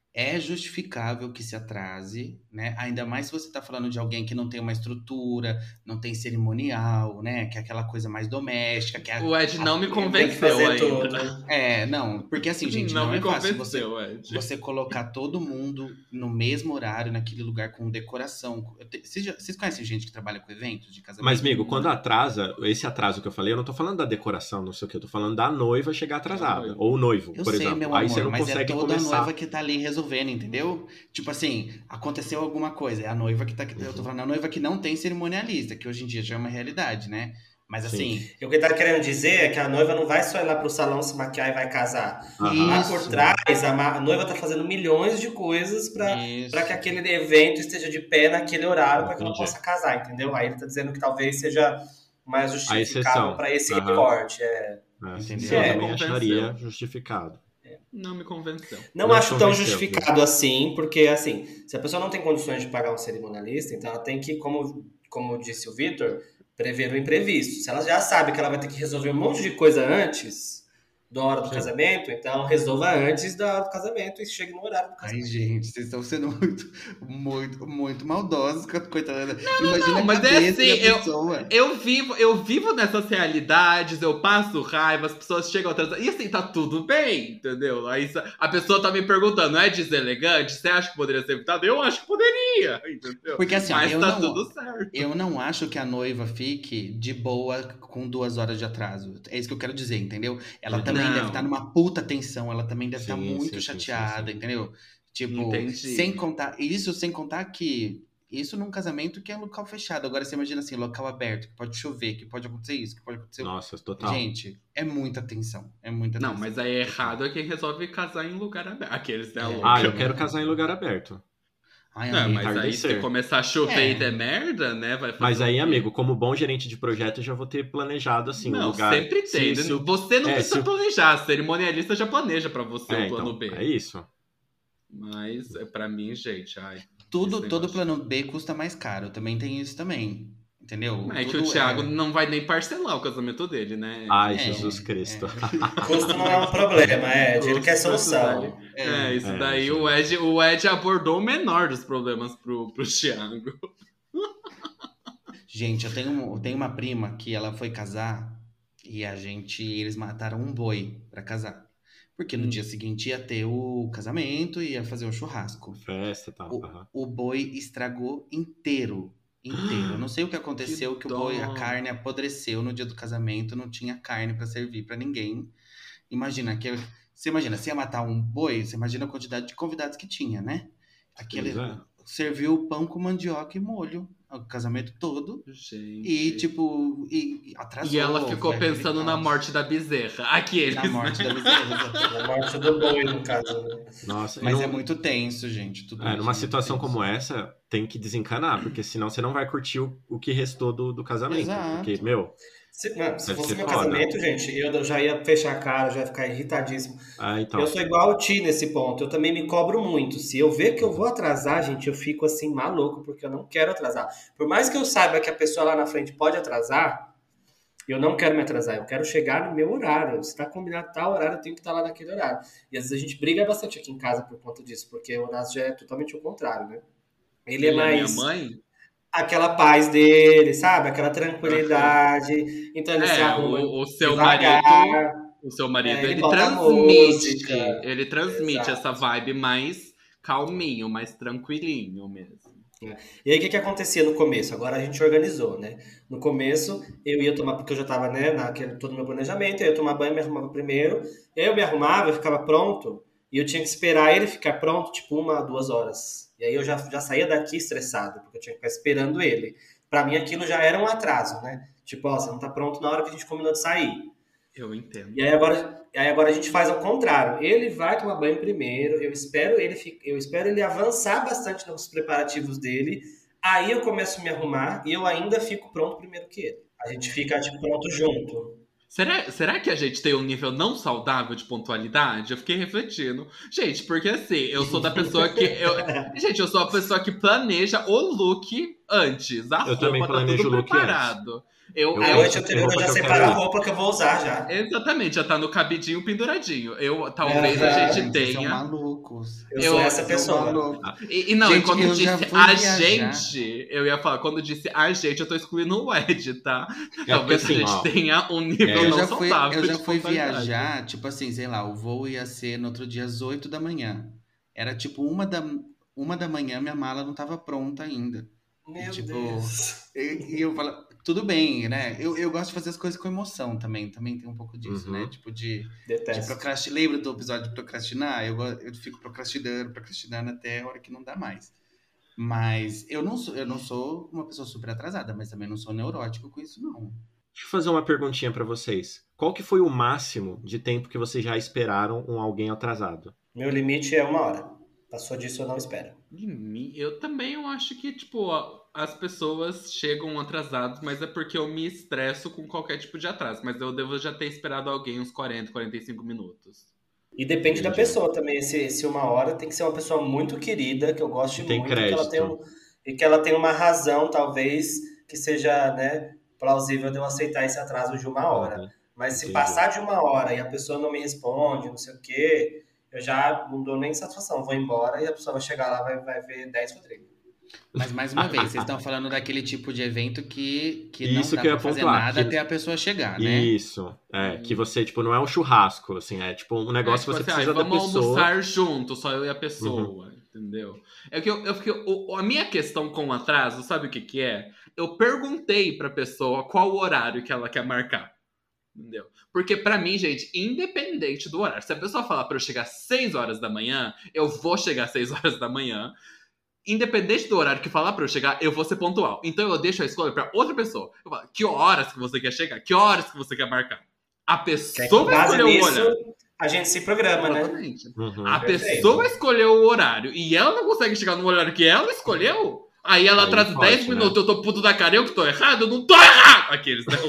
é justificável que se atrase, né? Ainda mais se você tá falando de alguém que não tem uma estrutura, não tem cerimonial, né? Que é aquela coisa mais doméstica, que é O Ed não me Tem que convenceu fazer ainda. tudo. é, não, porque assim, gente, Não não me é fácil você convenceu, Ed. você colocar todo mundo no mesmo horário, naquele lugar com decoração. Eu te- Vocês, já- vocês conhecem gente que trabalha com eventos de casamento? Mas, amigo, quando atrasa, esse atraso que eu falei, eu não tô falando da decoração, não sei o que, eu tô falando da noiva chegar atrasada. noiva. Ou o noivo, Eu por sei, exemplo. meu Aí você amor, não mas é consegue toda a começar. noiva que tá ali resolvendo, entendeu? Tipo assim, aconteceu alguma coisa, é a noiva que tá. Eu tô falando a noiva que não tem cerimonialista, que hoje em dia já é uma realidade, né? Mas Sim. assim, E o que ele tá querendo dizer é que a noiva não vai só ir lá pro salão se maquiar e vai casar. Aham. Lá isso. por trás, a, ma- a noiva tá fazendo milhões de coisas pra, Isso. pra que aquele evento esteja de pé naquele horário pra que ela Entendi. possa casar, entendeu? Aí ele tá dizendo que talvez seja mais exceção. justificável pra esse Aham. recorte. É. É, Entendeu? isso eu É, também convenceu. acharia justificado. Não me convenceu. Não, Não acho tão convenceu, justificado assim, porque assim, se a pessoa não tem condições de pagar um cerimonialista, então ela tem que, como, como disse o Vitor, prever o imprevisto. Se ela já sabe que ela vai ter que resolver um monte de coisa antes da hora do Sim. casamento, então resolva antes da hora do casamento e chegue no horário do Ai, casamento. gente, vocês estão sendo muito, muito, muito maldosos com a coitada. Imagina não, a mas é cabeça assim, da eu- pessoa. Eu vivo, eu vivo nessas realidades, eu passo raiva, as pessoas chegam atrás. E assim, tá tudo bem, entendeu? Aí a pessoa tá me perguntando, não é deselegante? Você acha que poderia ser evitado? Eu acho que poderia, entendeu? Porque assim, ó, Mas eu tá não, tudo certo. eu não acho que a noiva fique de boa com duas horas de atraso. É isso que eu quero dizer, entendeu? Ela também Não. deve estar numa puta tensão, ela também deve estar Sim, muito sim, sim, chateada, sim, sim. entendeu? Tipo, Entendi. sem contar. Isso sem contar que. Isso num casamento que é local fechado. Agora você imagina assim, local aberto, que pode chover, que pode acontecer isso, que pode acontecer. Nossa, total. Gente, é muita tensão. É muita Não, tensão. mas aí é errado é quem resolve casar em lugar aberto. Aqueles, né? É. louca. Ah, eu quero casar em lugar aberto. Ai, Não, amigo, mas aí entardecer. se começar a chover É. e der merda, né? Vai fazer Mas o aí, quê? amigo, como bom gerente de projeto, eu já vou ter planejado, assim, um Não, lugar... sempre tem. Se- né? se- Você não é, precisa se- planejar, a cerimonialista já planeja pra você É, o plano então, B. é isso. Mas é pra mim, gente, ai. Tudo, esse todo negócio. plano B custa mais caro. Também tem isso também. Entendeu? É que Tudo o Thiago é- não vai nem parcelar o casamento dele, né? Ai, É, Jesus Cristo. Custo não é um problema, é, ele quer solução. É, isso É, daí gente. o Ed, o Ed abordou o menor dos problemas pro, pro Thiago. Gente, eu tenho, eu tenho uma prima que ela foi casar e a gente, eles mataram um boi pra casar. Porque no Hum. dia seguinte ia ter o casamento e ia fazer o churrasco. Festa e tal. O, aham. o boi estragou inteiro. Inteiro. Eu não sei o que aconteceu, que, Que o boi, a dó. carne apodreceu no dia do casamento, não tinha carne pra servir pra ninguém. Imagina, que, você imagina, se ia matar um boi, você imagina a quantidade de convidados que tinha, né? Aquele Pois é. serviu pão com mandioca e molho, o casamento todo. Gente. E, tipo, e, e atrasou. E ela ficou foi aquele pensando na caos. morte da bezerra. Aqueles. Na morte da bezerra. Na morte do boi, no caso, né? Nossa, Mas e é não- muito tenso, gente. Tudo é, isso numa é muito situação tenso. como essa, tem que desencanar, porque senão você não vai curtir o, o que restou do, do casamento. Exato. Porque, meu, Se, não, se Deve fosse ser meu foda. casamento, gente, eu já ia fechar a cara, já ia ficar irritadíssimo. ah, então. Eu sou igual ao Ti nesse ponto. Eu também me cobro muito. Se eu ver que eu vou atrasar, gente, eu fico assim maluco, porque eu não quero atrasar. Por mais que eu saiba que a pessoa lá na frente pode atrasar, eu não quero me atrasar. Eu quero chegar no meu horário. Se tá combinado tal horário, eu tenho que estar lá naquele horário. E às vezes a gente briga bastante aqui em casa por conta disso, porque o Horácio já é totalmente o contrário, né? Ele é Ele é mais minha mãe? aquela paz dele, sabe? Aquela tranquilidade. Então ele se É, arruma o, o seu devagar. marido. O seu marido, É, ele ele, bota transmite. música. Ele transmite Exato. essa vibe mais calminho, mais tranquilinho mesmo. E aí, o que que acontecia no começo? Agora a gente organizou, né? No começo, eu ia tomar, porque eu já tava, né, naquele todo o meu planejamento, eu ia tomar banho, me arrumava primeiro, eu me arrumava, eu ficava pronto, e eu tinha que esperar ele ficar pronto, tipo, uma, duas horas. E aí eu já, já saía daqui estressado, porque eu tinha que ficar esperando ele. Pra mim, aquilo já era um atraso, né? Tipo, ó, você não tá pronto na hora que a gente combinou de sair. Eu entendo. E aí agora, aí agora a gente faz ao contrário. Ele vai tomar banho primeiro, eu espero ele, fi- eu espero ele avançar bastante nos preparativos dele, aí eu começo a me arrumar e eu ainda fico pronto primeiro que ele. A gente fica, tipo, pronto junto. Será, será que a gente tem um nível não saudável de pontualidade? Eu fiquei refletindo. Gente, porque assim, eu sou da pessoa que. Eu, gente, eu sou a pessoa que planeja o look antes. A Eu também roupa tá planejo tudo o look preparado. Eu, Eu A eu- noite gosto de anterior eu roupa já que eu separo quero a ir. roupa que eu vou usar já. exatamente, já tá no cabidinho penduradinho. Eu, talvez a Aham. gente Vocês são tenha. malucos. Eu, Eu- sou essa São pessoa. malucos. E, e não, Gente, e quando eu disse já fui a viajar. gente, eu ia falar, quando disse a gente, eu tô excluindo o Ed, tá? É porque Talvez assim, a gente ó, tenha um nível É, Eu não já fui, saudável eu já de fui pontualidade. viajar, tipo assim, sei lá, o voo ia ser no outro dia às oito da manhã. Era tipo uma da, uma da manhã, minha mala não tava pronta ainda. E Meu tipo, Deus. e, e eu falo, tudo bem, né? Eu, eu gosto de fazer as coisas com emoção também, também tem um pouco disso, né? Uhum. Tipo, de, de Detesto. procrastinar. Lembra do episódio de procrastinar? Eu, go- eu fico procrastinando, procrastinando até a hora que não dá mais. Mas eu não sou, eu não sou uma pessoa super atrasada, mas também não sou neurótico com isso, não. Deixa eu fazer uma perguntinha pra vocês. Qual que foi o máximo de tempo que vocês já esperaram um alguém atrasado? Meu limite é uma hora. Passou disso eu não espero. Limi- Eu também eu acho que, tipo, a- as pessoas chegam atrasadas, mas é porque eu me estresso com qualquer tipo de atraso. Mas eu devo já ter esperado alguém uns quarenta, quarenta e cinco minutos. E depende da Entendi. pessoa também. Esse, esse uma hora tem que ser uma pessoa muito querida, que eu goste Que tem muito, que ela tenha crédito. um- e que ela tenha uma razão, talvez, que seja, né, plausível de eu aceitar esse atraso de uma hora. Uhum. Mas se Entendi. passar de uma hora e a pessoa não me responde, não sei o quê, eu já não dou nem satisfação. Vou embora e a pessoa vai chegar lá e vai, vai ver dez Rodrigo. Mas mais uma vez, vocês estão falando daquele tipo de evento que, que não Isso dá que eu ia pra fazer pontuar, nada que- até a pessoa chegar, né? Isso. É, que você, tipo, não é um churrasco, assim, é tipo um negócio que É, você tipo assim, precisa ah, da vamos pessoa. almoçar junto, só eu e a pessoa, entendeu? É que eu, eu fiquei, o- a minha questão com o atraso, sabe o que que é? Eu perguntei pra pessoa qual o horário que ela quer marcar, entendeu? Porque pra mim, gente, independente do horário, se a pessoa falar pra eu chegar às seis horas da manhã, eu vou chegar às seis horas da manhã. Independente do horário que falar pra eu chegar, eu vou ser pontual. Então eu deixo a escolha pra outra pessoa. Eu falo, que horas que você quer chegar? Que horas que você quer marcar? A Que é pessoa com vai base escolher o nisso, horário. a gente se programa, né? Exatamente. Uhum. A Perfeito. pessoa escolheu o horário e ela não consegue chegar no horário que ela escolheu. Aí ela Aí atrasa pode, dez né? minutos, eu tô puto da cara, eu que tô errado, eu não tô errado! Aqueles, né?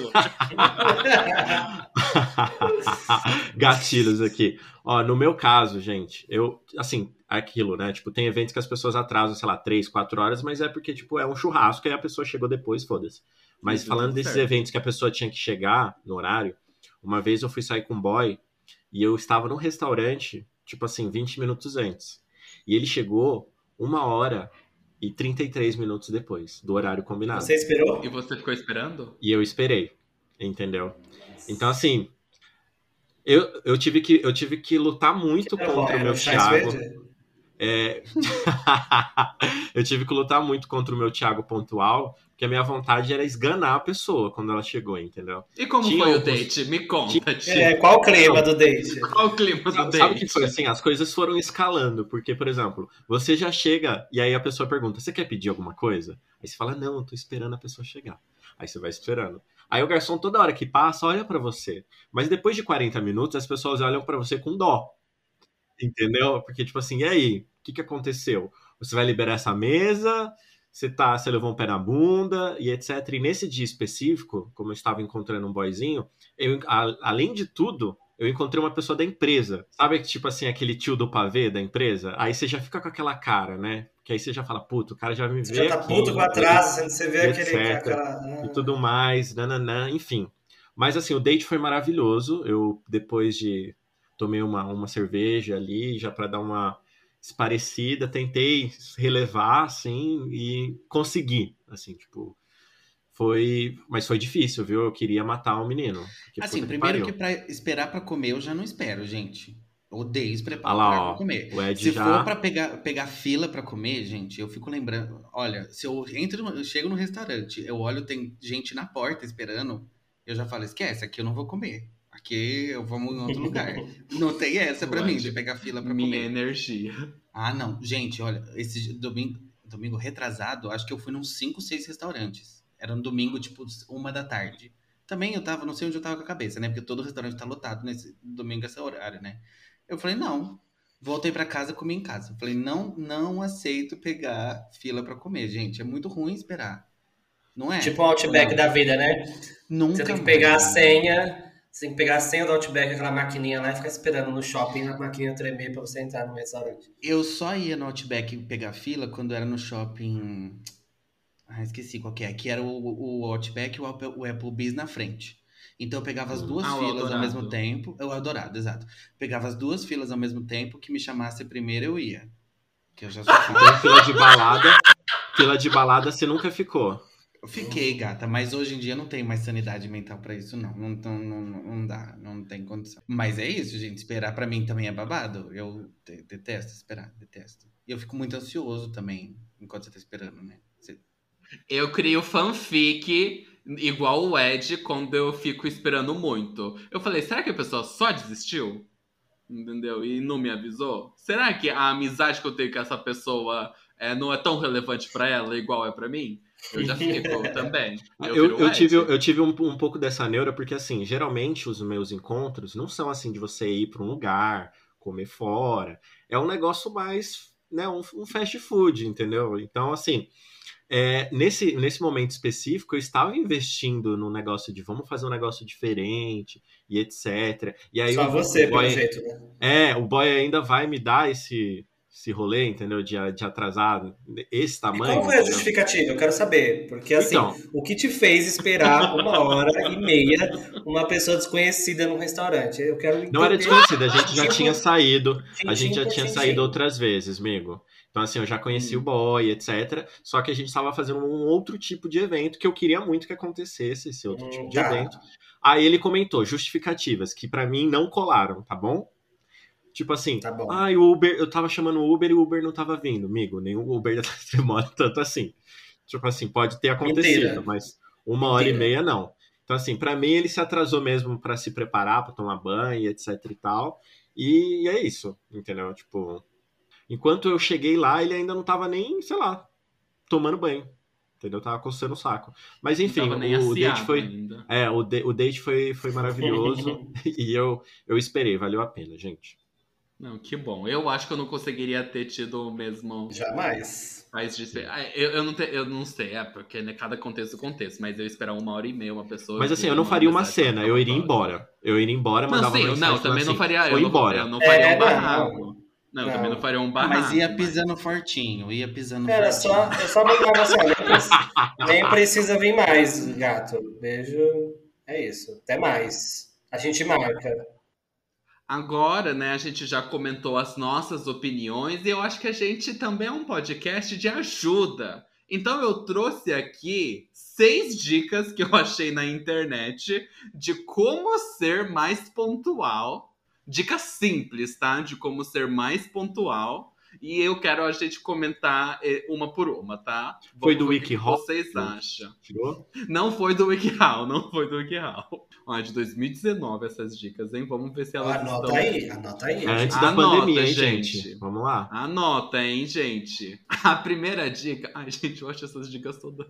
Gatilhos aqui. Ó, no meu caso, gente, eu, assim, aquilo, né? Tipo, tem eventos que as pessoas atrasam, sei lá, três, quatro horas, mas é porque, tipo, é um churrasco e a pessoa chegou depois, foda-se. Mas Isso, falando tudo desses certo. eventos que a pessoa tinha que chegar no horário, uma vez eu fui sair com um boy e eu estava num restaurante, tipo assim, vinte minutos antes. E ele chegou uma hora e trinta e três minutos depois do horário combinado. Você esperou? E você ficou esperando? E eu esperei, entendeu? Então, assim, eu, eu, tive, que, eu tive que lutar muito Era bom, contra o era meu o Chai Thiago. Suede? É... eu tive que lutar muito contra o meu Thiago pontual, porque a minha vontade era esganar a pessoa quando ela chegou, entendeu? E como Tinha foi o alguns- date? Me conta, Ti. É, qual o clima do date? Qual o clima do Sabe, date? sabe o que foi assim? As coisas foram escalando, porque, por exemplo, você já chega e aí a pessoa pergunta: você quer pedir alguma coisa? Aí você fala: não, eu tô esperando a pessoa chegar. Aí você vai esperando. Aí o garçom, toda hora que passa, olha pra você. Mas depois de quarenta minutos, as pessoas olham pra você com dó. Entendeu? Porque, tipo assim, e aí? O que, que aconteceu? Você vai liberar essa mesa? Você, tá, você levou um pé na bunda e etcétera. E nesse dia específico, como eu estava encontrando um boyzinho, eu, a- além de tudo, eu encontrei uma pessoa da empresa. Sabe, tipo assim, aquele tio do pavê da empresa? Aí você já fica com aquela cara, né? Que aí você já fala, puto, o cara já me Você vê já tá aqui, puto com atraso, você vê e aquele... etcétera. Aquela... E tudo mais, nananã, enfim. Mas assim, o date foi maravilhoso. Eu, depois de... Tomei uma, uma cerveja ali, já para dar uma esparecida, tentei relevar, assim, e consegui, assim, tipo... Foi... Mas foi difícil, viu? Eu queria matar o menino. porque Assim, puta primeiro pariu. que pra esperar pra comer eu já não espero, gente. Odeio esperar Ah lá, pra ó, comer. o Ed Se já... for pra pegar, pegar fila pra comer, gente, eu fico lembrando. Olha, se eu entro, no- eu chego no restaurante, eu olho, tem gente na porta esperando, eu já falo, esquece, aqui eu não vou comer. Aqui eu vou em outro lugar. Não tem essa pra O mim, Ed, de pegar fila pra minha comer. energia. Ah, não. Gente, olha, esse domingo, domingo retrasado, acho que eu fui nos cinco, seis restaurantes. Era um domingo, tipo, uma da tarde. Também eu tava, não sei onde eu tava com a cabeça, né? Porque todo restaurante tá lotado nesse domingo, esse horário, né? Eu falei, não. Voltei pra casa, comi em casa. Falei, não, não aceito pegar fila pra comer, gente. É muito ruim esperar. Não Tipo é? um Ou Outback não? da vida, né? Você Nunca tem que pegar mais, a amigo. senha, você tem que pegar a senha do Outback, aquela maquininha lá, e ficar esperando no shopping a maquininha tremer pra você entrar no restaurante. Eu só ia no Outback pegar fila quando era no shopping. Ah, esqueci qual que é. Que era o, o Outback e o, Apple- o Applebee's na frente. Então eu pegava as Hum. duas Ah, o filas ao mesmo Eldorado. tempo. É o Eldorado, exato. Pegava as duas filas ao mesmo tempo, que me chamasse primeiro eu ia. Que eu já sou Então, fã. fila de balada, fila de balada você nunca ficou. Eu fiquei, gata, mas hoje em dia eu não tenho mais sanidade mental pra isso, não. Não, não, não, não dá, não tem condição. Mas é isso, gente. Esperar pra mim também é babado. Eu de- detesto esperar, detesto. E eu fico muito ansioso também enquanto você tá esperando, né? Você- Eu crio fanfic igual o Ed quando eu fico esperando muito. Eu falei, será que a pessoa só desistiu? Entendeu? E não me avisou? Será que a amizade que eu tenho com essa pessoa é, não é tão relevante pra ela igual é pra mim? Eu já fico também. Eu, Eu, viro o eu tive, Ed. eu tive um, um pouco dessa neura, porque assim, geralmente os meus encontros não são assim de você ir para um lugar, comer fora. É um negócio mais, né, um, um fast food, entendeu? Então, assim, é, nesse, nesse momento específico, eu estava investindo no negócio de vamos fazer um negócio diferente e etcétera. E aí Só o, o você, pelo boy, jeito, né? é, o boy ainda vai me dar esse, esse rolê, entendeu? De, de atrasar esse E qual tamanho, foi a entendeu? justificativa? Eu quero saber. Porque, assim, Então, o que te fez esperar uma hora e meia uma pessoa desconhecida num restaurante? Eu quero não era entender desconhecida, a gente já tintim tinha por saído, a gente tintim. já Por tinha saído tintim. outras vezes, amigo. Então, assim, eu já conheci o Hum. boy, etcétera. Só que a gente estava fazendo um outro tipo de evento que eu queria muito que acontecesse, esse outro tipo Hum, de tá. evento. Aí ele comentou justificativas que pra mim não colaram, tá bom? Tipo assim, Tá bom. ai, o Uber, eu tava chamando o Uber e o Uber não tava vindo, amigo. Nenhum Uber demora tanto assim. Tipo assim, pode ter acontecido, Mentira. mas uma hora e Mentira. meia não. Então, assim, pra mim ele se atrasou mesmo pra se preparar, pra tomar banho, etc e tal. E é isso, entendeu? Tipo, enquanto eu cheguei lá, ele ainda não tava nem, sei lá, tomando banho. Entendeu? Tava coçando o saco. Mas Não enfim, tava nem o, o date aciado foi. ainda. É, o, de- o date foi, foi maravilhoso. E eu, eu esperei, valeu a pena, gente. Não, que bom. Eu acho que eu não conseguiria ter tido o mesmo Jamais. faz de esper- Ah, eu, eu, não te- eu não sei, é porque né, cada contexto é contexto, mas eu esperar uma hora e meia uma pessoa Mas eu assim, vi eu não uma faria uma mensagem que ela cena, ficava eu iria próxima. embora. Eu iria embora, Não, mandava sim, uma eu, mensagem não, eu falando também não assim, faria, eu foi não, embora. eu não faria É, um não. barraco. Não, eu também não Não. faria um Ah, mas ia barraco, mas... pisando fortinho, ia pisando Era fortinho. só, eu só mandava assim, ó, nem, preci- nem precisa vir mais, gato. Beijo. É isso. Até mais. A gente marca. Agora, né, a gente já comentou as nossas opiniões e eu acho que a gente também é um podcast de ajuda. Então eu trouxe aqui seis dicas que eu achei na internet de como ser mais pontual. Dicas simples, tá? De como ser mais pontual. E eu quero a gente comentar eh, uma por uma, tá? Foi Vamos do ver o que que WikiHow? vocês acham. Tirou? Não foi do WikiHow, não foi do WikiHow. Ó, é de dois mil e dezenove essas dicas, hein? Vamos ver se elas Anota estão... aí, anota aí. É antes gente. da Anota, pandemia, hein, gente. gente? Vamos lá. Anota, hein, gente? A primeira dica... Ai, gente, eu acho essas dicas todas...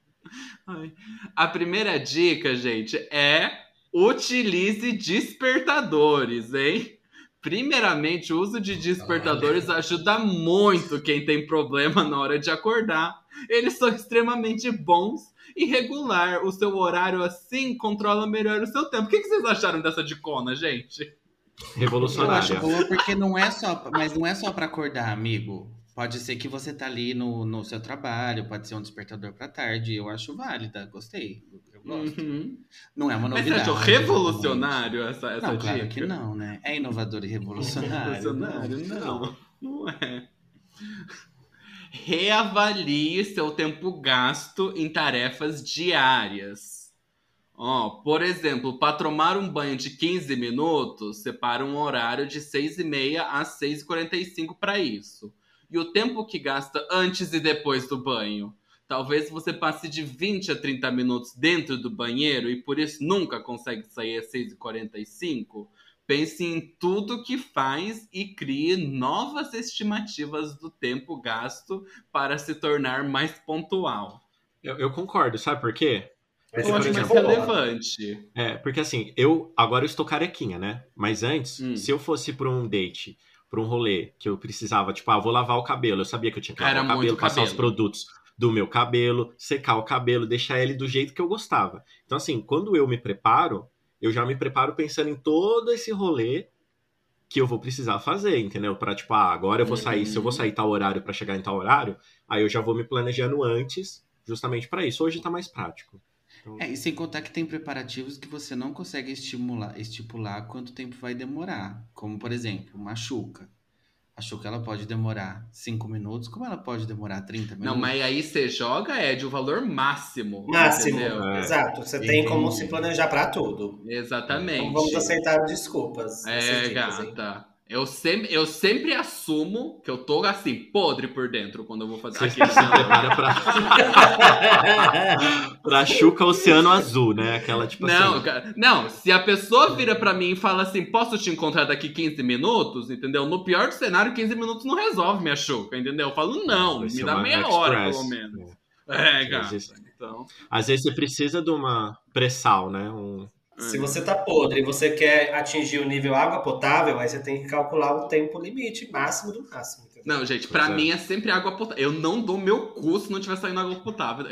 Ai. A primeira dica, gente, é utilize despertadores, hein? Primeiramente, o uso de despertadores ajuda muito quem tem problema na hora de acordar. Eles são extremamente bons e regular. O seu horário assim controla melhor o seu tempo. O que que vocês acharam dessa dicona, gente? Eu acho Revolucionária. boa porque não é só, mas não é só pra acordar, amigo. Pode ser que você tá ali no, no seu trabalho, pode ser um despertador pra tarde. Eu acho válida, gostei. Eu gosto. Uhum. Não é uma Mas você novidade. achou revolucionário essa, essa Não, dica? claro que não, né? É inovador e revolucionário. Revolucionário? Não. Não, não é. Reavalie seu tempo gasto em tarefas diárias. Ó, por exemplo, para tomar um banho de quinze minutos, separa um horário de seis e meia às seis e quarenta e cinco para isso. E o tempo que gasta antes e depois do banho? Talvez você passe de vinte a trinta minutos dentro do banheiro e por isso nunca consegue sair às seis e quarenta e cinco. Pense em tudo que faz e crie novas estimativas do tempo gasto para se tornar mais pontual. Eu, eu concordo, sabe por quê? Mas Eu por acho mais exemplo, relevante. É, porque assim, eu agora eu estou carequinha, né? Mas antes, Hum. se eu fosse pra um date, pra um rolê, que eu precisava, tipo, ah, vou lavar o cabelo, eu sabia que eu tinha que lavar Era o cabelo, muito passar os cabelo. produtos do meu cabelo, secar o cabelo, deixar ele do jeito que eu gostava. Então, assim, quando eu me preparo, eu já me preparo pensando em todo esse rolê que eu vou precisar fazer, entendeu? Pra, tipo, ah, agora eu vou sair, se eu vou sair tal horário pra chegar em tal horário, aí eu já vou me planejando antes, justamente pra isso. Hoje tá mais prático. Então, É, e sem contar que tem preparativos que você não consegue estimular, estipular quanto tempo vai demorar. Como, por exemplo, uma chuca. A chuca ela pode demorar cinco minutos, como ela pode demorar trinta minutos. Não, mas aí você joga, Ed, o valor máximo. Máximo, Entendeu? É, exato. Você tem como entendi. se planejar pra tudo. Exatamente. Não vamos aceitar desculpas. É, nessas dicas, hein? gata. Eu sempre, eu sempre assumo que eu tô assim, podre por dentro quando eu vou fazer Você aquele se prepara pra, pra Xuca Oceano Azul, né? Aquela, tipo Não, assim... cara, não, se a pessoa vira pra mim e fala assim, posso te encontrar daqui quinze minutos, entendeu? No pior do cenário, quinze minutos não resolve minha chuca, entendeu? Eu falo, não, Vai me ser dá uma meia hora, Express. pelo menos. É, Às gata, vezes- então... Às vezes você precisa de uma pré-sal, né? Um... Se você tá podre e você quer atingir o nível água potável, aí você tem que calcular o tempo limite máximo do máximo. Entendeu? Não, gente, pra Pois é. mim é sempre água potável. Eu não dou meu cu se não tiver saindo água potável.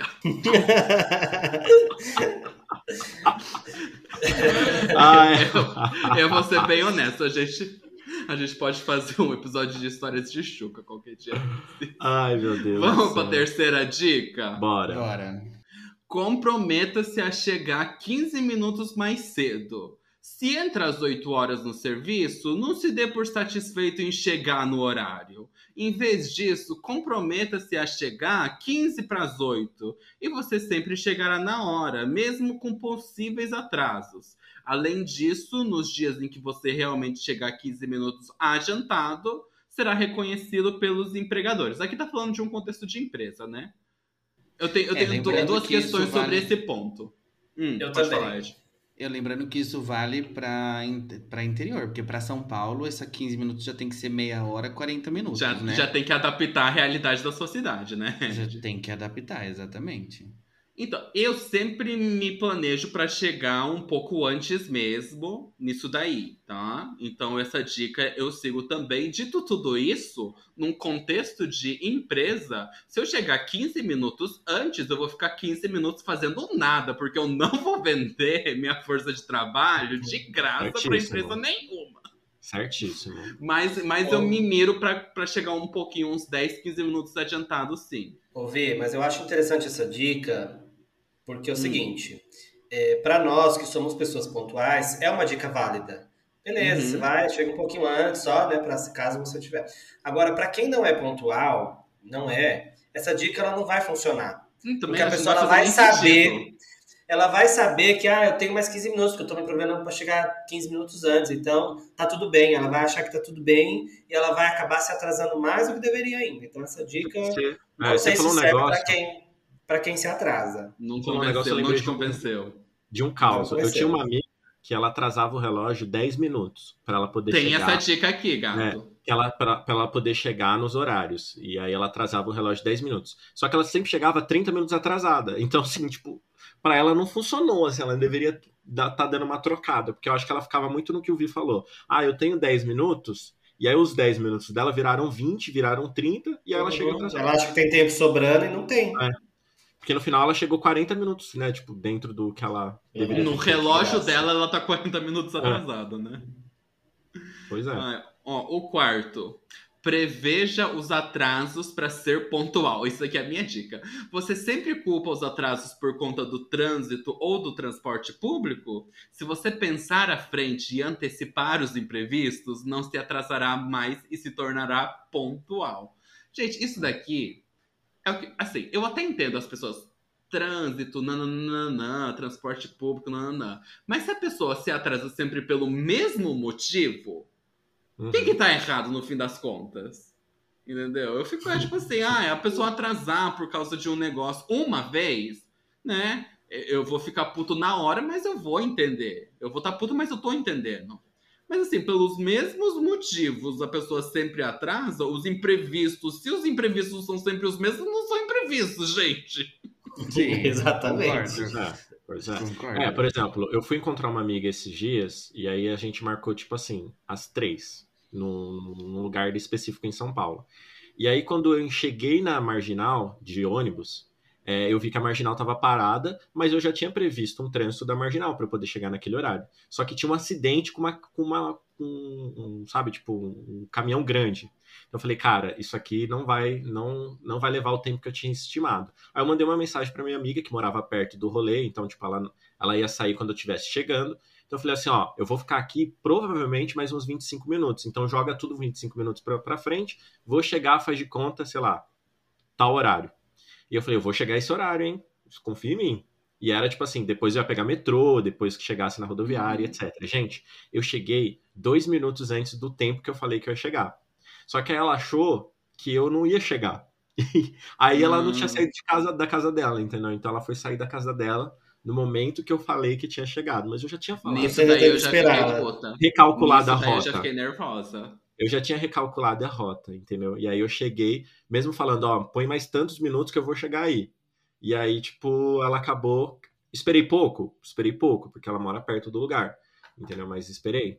Ai, Eu, eu vou ser bem honesto, a gente, a gente pode fazer um episódio de histórias de Xuca qualquer dia. ai, meu Deus. Vamos do pra céu. terceira dica? Bora. Agora, Comprometa-se a chegar quinze minutos mais cedo. Se entra às oito horas no serviço, não se dê por satisfeito em chegar no horário. Em vez disso, comprometa-se a chegar quinze para as oito e você sempre chegará na hora, mesmo com possíveis atrasos. Além disso, nos dias em que você realmente chegar quinze minutos adiantado, será reconhecido pelos empregadores. Aqui tá falando de um contexto de empresa, né? Eu tenho, eu É, tenho du- lembrando duas que isso questões sobre vale- esse ponto. Hum, Eu pode também. falar, Ed. eu lembrando que isso vale para para interior, porque para São Paulo, essa quinze minutos já tem que ser meia hora, quarenta minutos, Já, né? já tem que adaptar a realidade da sua cidade, né? Já tem que adaptar, exatamente. Então, eu sempre me planejo para chegar um pouco antes mesmo nisso daí, tá? Então, essa dica eu sigo também. Dito tudo isso, num contexto de empresa, se eu chegar quinze minutos antes, eu vou ficar quinze minutos fazendo nada, porque eu não vou vender minha força de trabalho de graça para Certíssimo. empresa nenhuma. Certíssimo. Mas, mas eu me miro para chegar um pouquinho, uns dez, quinze minutos adiantado, sim. Ouvi, mas eu acho interessante essa dica, porque é o Hum. seguinte, é, para nós que somos pessoas pontuais, é uma dica válida. Beleza, Uhum. você vai, chega um pouquinho antes só, né, para caso você tiver. Agora, para quem não é pontual, não é, essa dica ela não vai funcionar. Hum, também Porque a acho que pessoa não ela vai fazer nem saber, sentido. ela vai saber que ah, eu tenho mais quinze minutos, que eu tô me programando para chegar quinze minutos antes, então tá tudo bem, ela vai achar que tá tudo bem e ela vai acabar se atrasando mais do que deveria ainda. Então essa dica Você, não é, sei você se falou um serve negócio para quem, para quem se atrasa. Não Falou um negócio, convenceu, eu não lembrei te de um- convenceu. de um caos. Não, Eu vai tinha ser. uma amiga que ela atrasava o relógio dez minutos para ela poder Tem chegar. essa dica aqui, gato. Que ela, pra, pra ela poder chegar nos horários. E aí ela atrasava o relógio dez minutos. Só que ela sempre chegava trinta minutos atrasada. Então, assim, tipo, pra ela não funcionou. Assim, ela deveria dar, tá dando uma trocada. Porque eu acho que ela ficava muito no que o Vi falou. Ah, eu tenho dez minutos. E aí os dez minutos dela viraram vinte, viraram trinta. E aí ela chega Uhum. atrasada. Ela acha que tem tempo sobrando e não tem. É. Porque no final ela chegou quarenta minutos, né? Tipo, dentro do que ela deveria No ter feito. relógio graça. dela, ela tá quarenta minutos É. atrasada, né? Pois é. Ah, ó, o quarto. Preveja os atrasos para ser pontual. Isso aqui é a minha dica. Você sempre culpa os atrasos por conta do trânsito ou do transporte público? Se você pensar à frente e antecipar os imprevistos, não se atrasará mais e se tornará pontual. Gente, isso daqui é o que, assim, eu até entendo as pessoas trânsito, nananana, transporte público, nananã. Mas se a pessoa se atrasa sempre pelo mesmo motivo, o Uhum. que que tá errado no fim das contas? Entendeu? Eu fico, é, tipo assim, ah, a pessoa atrasar por causa de um negócio uma vez, né? Eu vou ficar puto na hora, mas eu vou entender. Eu vou estar puto, mas eu tô entendendo. Mas assim, pelos mesmos motivos a pessoa sempre atrasa, os imprevistos, se os imprevistos são sempre os mesmos, não são imprevistos, gente. Sim, Exatamente. concordo. É, pois é. Concordo. É, por exemplo, eu fui encontrar uma amiga esses dias e aí a gente marcou, tipo assim, às três, num, num lugar específico em São Paulo. E aí, quando eu cheguei na Marginal de ônibus, é, eu vi que a Marginal estava parada, mas eu já tinha previsto um trânsito da Marginal para eu poder chegar naquele horário. Só que tinha um acidente com uma, com uma um, um, sabe, tipo, um caminhão grande. Então eu falei, cara, isso aqui não vai, não, não vai levar o tempo que eu tinha estimado. Aí eu mandei uma mensagem para minha amiga que morava perto do rolê, então, tipo, ela, ela ia sair quando eu estivesse chegando. Então eu falei assim, ó, eu vou ficar aqui provavelmente mais uns vinte e cinco minutos. Então joga tudo vinte e cinco minutos pra, pra frente, vou chegar, faz de conta, sei lá, tal horário. E eu falei, eu vou chegar esse horário, hein? Confia em mim. E era tipo assim, depois eu ia pegar metrô, depois que chegasse na rodoviária, etcétera. Gente, eu cheguei dois minutos antes do tempo que eu falei que eu ia chegar. Só que aí ela achou que eu não ia chegar. Aí ela não tinha saído de casa, da casa dela, entendeu? Então ela foi sair da casa dela no momento que eu falei que tinha chegado. Mas eu já tinha falado. Nisso Você daí teve eu que já esperar, fiquei né? puta. Recalculada a Nisso daí eu já rota. fiquei nervosa. Eu já tinha recalculado a rota, entendeu? E aí eu cheguei, mesmo falando, ó, põe mais tantos minutos que eu vou chegar aí. E aí, tipo, ela acabou... Esperei pouco? Esperei pouco, porque ela mora perto do lugar, entendeu? Mas esperei.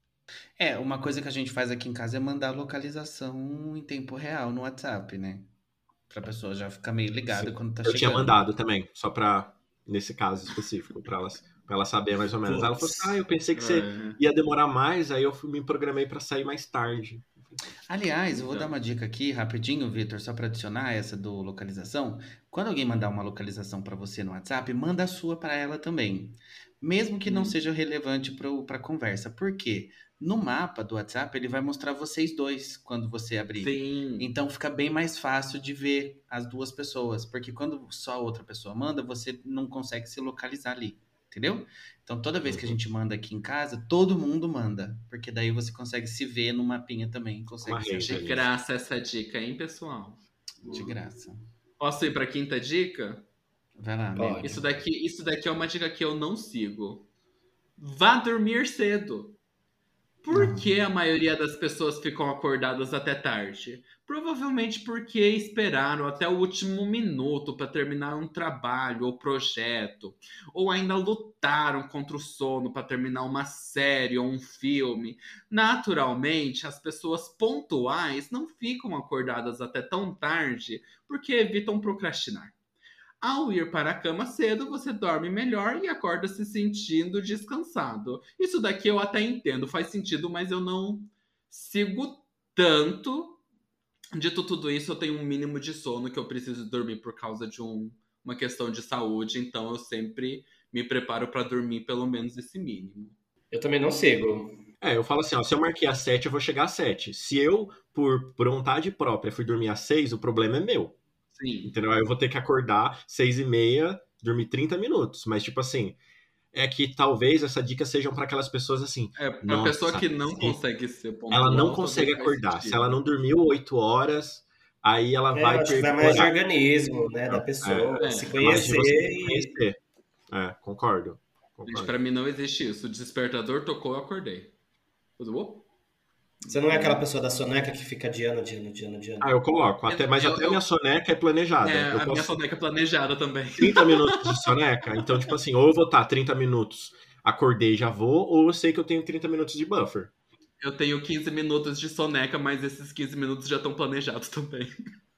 É, uma coisa que a gente faz aqui em casa é mandar localização em tempo real no WhatsApp, né? Pra pessoa já ficar meio ligada Sim. quando tá Eu chegando. tinha mandado também, só pra, nesse caso específico, pra ela, pra ela saber mais ou menos. Ela falou assim, ah, eu pensei que você É. ia demorar mais, aí eu fui- me programei pra sair mais tarde. Aliás, eu vou Então. dar uma dica aqui rapidinho, Vitor, só para adicionar essa do localização. Quando alguém mandar uma localização para você no WhatsApp, manda a sua para ela também. Mesmo que não Hum. seja relevante para a conversa. Por quê? No mapa do WhatsApp, ele vai mostrar vocês dois quando você abrir. Sim. Então fica bem mais fácil de ver as duas pessoas. Porque quando só outra pessoa manda, você não consegue se localizar ali. Entendeu? Então, toda vez que a gente manda aqui em casa, todo mundo manda. Porque daí você consegue se ver no mapinha também. Consegue Uma se rede achar. De ali. graça essa dica, hein, pessoal? De graça. Posso ir pra quinta dica? Vai lá, Pode. amigo. Isso daqui, isso daqui é uma dica que eu não sigo. Vá dormir cedo. Por Não. que a maioria das pessoas ficam acordadas até tarde? Provavelmente porque esperaram até o último minuto para terminar um trabalho ou projeto, ou ainda lutaram contra o sono para terminar uma série ou um filme. Naturalmente, as pessoas pontuais não ficam acordadas até tão tarde porque evitam procrastinar. Ao ir para a cama cedo, você dorme melhor e acorda se sentindo descansado. Isso daqui eu até entendo, faz sentido, mas eu não sigo tanto. Dito tudo isso, eu tenho um mínimo de sono que eu preciso dormir por causa de um, uma questão de saúde, então eu sempre me preparo para dormir pelo menos esse mínimo. Eu também não sigo. É, eu falo assim, ó, se eu marquei às sete, eu vou chegar às sete. Se eu, por, por vontade própria, fui dormir às seis, o problema é meu. Sim. Entendeu? Aí eu vou ter que acordar seis e meia, dormir trinta minutos. Mas, tipo assim, é que talvez essa dica sejam para aquelas pessoas assim. É, pra Nossa, pessoa que não sim. consegue ser pontual, Ela não talvez consegue faz acordar. sentido. Se ela não dormiu oito horas, aí ela É, vai eu acho que vai perder mais de horário. organismo, né, da pessoa, É, se é É mais de conhecer você e... conhecer. É, concordo. Gente, concordo. pra mim não existe isso. O despertador tocou, eu acordei. Eu, "Opa." Você não é aquela pessoa da soneca que fica adiando, adiando, adiando, adiando. Ah, eu coloco. Até, mas Eu- até eu- a minha soneca é planejada. É, eu a minha posso soneca é planejada também. trinta minutos de soneca. Então, tipo assim, ou eu vou estar trinta minutos, acordei e já vou, ou eu sei que eu tenho trinta minutos de buffer. Eu tenho quinze minutos de soneca, mas esses quinze minutos já estão planejados também.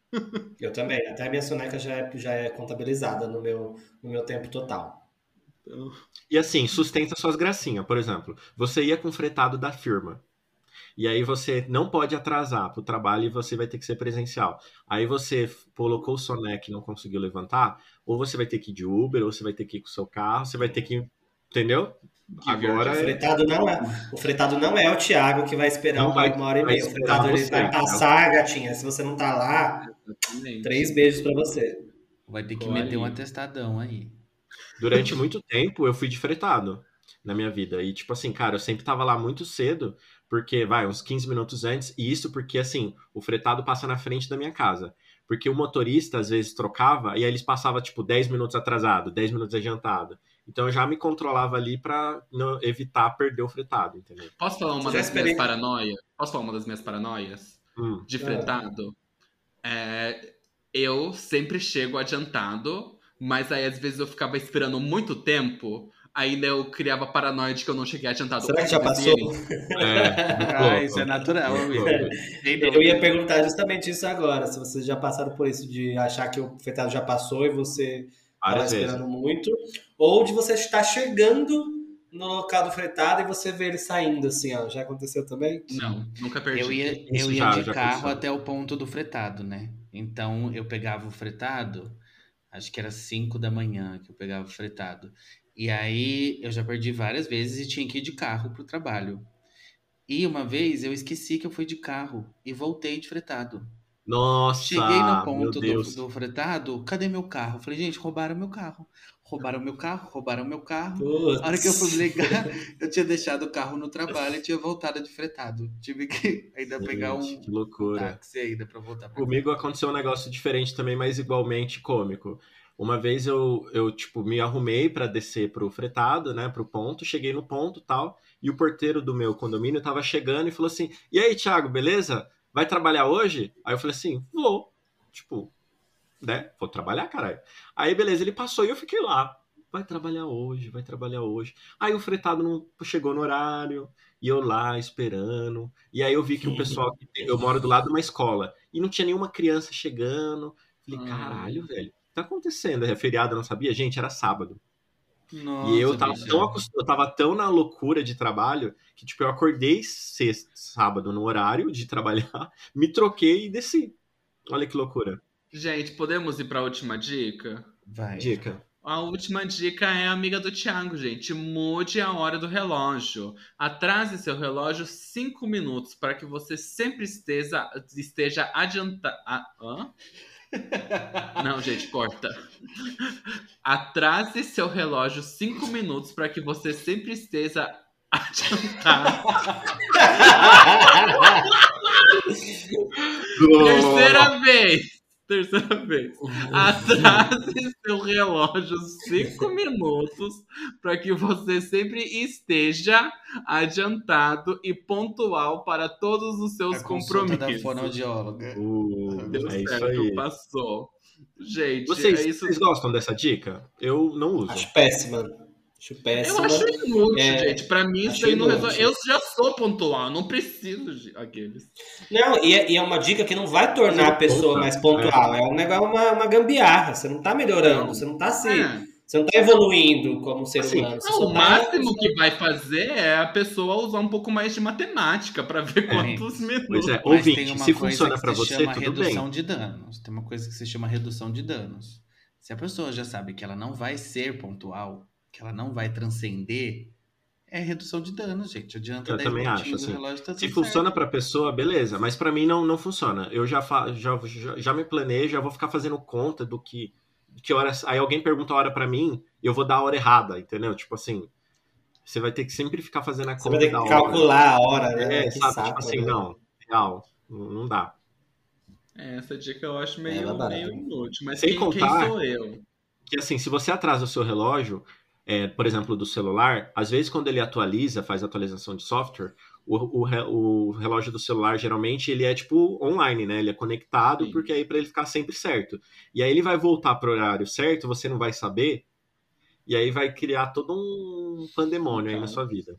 Eu também. Até a minha soneca já é, já é contabilizada no meu, no meu tempo total. Então, E assim, sustenta suas gracinhas. Por exemplo, você ia com fretado da firma. E aí você não pode atrasar pro trabalho e você vai ter que ser presencial. Aí você colocou o soneca e não conseguiu levantar, ou você vai ter que ir de Uber, ou você vai ter que ir com o seu carro, você vai ter que... Entendeu? Que Agora O é... fretado não é o, fretado não é o Thiago que vai esperar Não uma, vai- uma hora e vai meia. O esperar fretado ele você, vai então. passar, gatinha. Se você não tá lá, exatamente. três beijos pra você. Vai ter que Ficou meter um ali. atestadão aí. Durante muito tempo eu fui de fretado na minha vida. E, tipo assim, cara, eu sempre tava lá muito cedo, porque, vai, uns quinze minutos antes. E isso porque, assim, o fretado passa na frente da minha casa. Porque o motorista, às vezes, trocava e aí eles passavam, tipo, dez minutos atrasado, dez minutos adiantado. Então eu já me controlava ali pra não, evitar perder o fretado, entendeu? Posso falar uma Você já das minhas experi- paranoias? Posso falar uma das minhas paranoias? Hum. De Ah. fretado? É, eu sempre chego adiantado, mas aí às vezes eu ficava esperando muito tempo, aí eu criava paranoia de que eu não cheguei adiantado. Será que já antes passou? deles. É, muito Ah, louco. isso é natural, Muito amigo. louco. Sem Eu dúvida. ia perguntar justamente isso agora, se vocês já passaram por isso de achar que o fretado já passou e você estava Várias vezes. esperando muito, ou de você estar chegando no local do fretado e você ver ele saindo, assim, ó. Já aconteceu também? Não, nunca perdi. Eu ia, Isso eu ia já- de já carro aconteceu. até o ponto do fretado, né? Então eu pegava o fretado, acho que era cinco da manhã que eu pegava o fretado. E aí eu já perdi várias vezes e tinha que ir de carro pro trabalho. E uma vez eu esqueci que eu fui de carro e voltei de fretado. Cheguei no Nossa, meu ponto do, Deus. do fretado, cadê meu carro? Falei, gente, roubaram meu carro. Roubaram meu carro, roubaram meu carro. A hora que eu fui Putz. ligar, eu tinha deixado o carro no trabalho e tinha voltado de fretado. Tive que ainda pegar Gente, um, que um loucura. táxi ainda pra voltar pra Comigo aconteceu um negócio diferente também, mas igualmente cômico. Uma vez eu, eu tipo, me arrumei pra descer pro fretado, né, pro ponto, cheguei no ponto e tal, e o porteiro do meu condomínio tava chegando e falou assim, e aí, Thiago, beleza? Vai trabalhar hoje? Aí eu falei assim, vou. Tipo, né, vou trabalhar, caralho. Aí, beleza, ele passou e eu fiquei lá. Vai trabalhar hoje, vai trabalhar hoje. Aí o fretado não chegou no horário, e eu lá esperando. E aí eu vi que o pessoal, eu moro do lado de uma escola, e não tinha nenhuma criança chegando. Falei, caralho, velho, o que tá acontecendo? É feriado, eu não sabia? Gente, era sábado. Nossa, E eu tava, bicho. tão acost... eu tava tão na loucura de trabalho que, tipo, eu acordei sexta, sábado no horário de trabalhar, me troquei e desci. Olha que loucura. Gente, podemos ir pra última dica? Vai. Dica. A última dica é a amiga do Thiago, gente. Mude a hora do relógio. Atrase seu relógio cinco minutos para que você sempre esteja, esteja adiantado. Hã? Não, gente, corta. Atrase seu relógio cinco minutos para que você sempre esteja adiantado. Terceira vez. Terceira vez. Atrase seu relógio cinco minutos para que você sempre esteja adiantado e pontual para todos os seus A consulta da compromissos. fonoaudióloga. Uh, Deu é isso certo, aí. passou. Gente, Vocês, é isso. vocês gostam dessa dica? Eu não uso. Acho péssima. Acho Eu péssima. acho inútil, É, gente. Pra mim, isso acho aí não inútil. resolve. Eu já sou pontual, não preciso de aqueles. Não, e é, e é uma dica que não vai tornar a pessoa mais pontual. É um negócio, uma, uma gambiarra. Você não tá melhorando, você não tá se. É. Você não tá evoluindo como ser Assim, humano. Você Não, só o tá- máximo que vai fazer é a pessoa usar um pouco mais de matemática pra ver quantos minutos. Pois é, Mas ouvinte, tem uma se coisa funciona que pra se você, chama tudo redução bem. de danos. Tem uma coisa que se chama redução de danos. Se a pessoa já sabe que ela não vai ser pontual, que ela não vai transcender, é redução de danos, gente. Adianta Eu dez também acho, minutinhos, assim. o relógio tá Se tudo funciona certo. pra pessoa, beleza. Mas pra mim não, não funciona. Eu já, fa... já, já, já me planejo, já vou ficar fazendo conta do que, de que horas. Aí alguém pergunta a hora pra mim, e eu vou dar a hora errada, entendeu? Tipo assim, você vai ter que sempre ficar fazendo a Você conta vai ter da que hora. calcular a hora, né? É, Que sabe? saco, Tipo assim, né? não. Real. Não não dá. É, essa dica eu acho É, meio, ela é barata. meio inútil. Mas Sem quem, quem contar- sou eu? Que assim, se você atrasa o seu relógio, é, por exemplo, do celular, às vezes quando ele atualiza, faz atualização de software, o, o, re- o relógio do celular, geralmente, ele é tipo online, né? Ele é conectado, Sim. porque aí para ele ficar sempre certo. E aí ele vai voltar pro horário certo, você não vai saber, e aí vai criar todo um pandemônio aí na Caos. sua vida.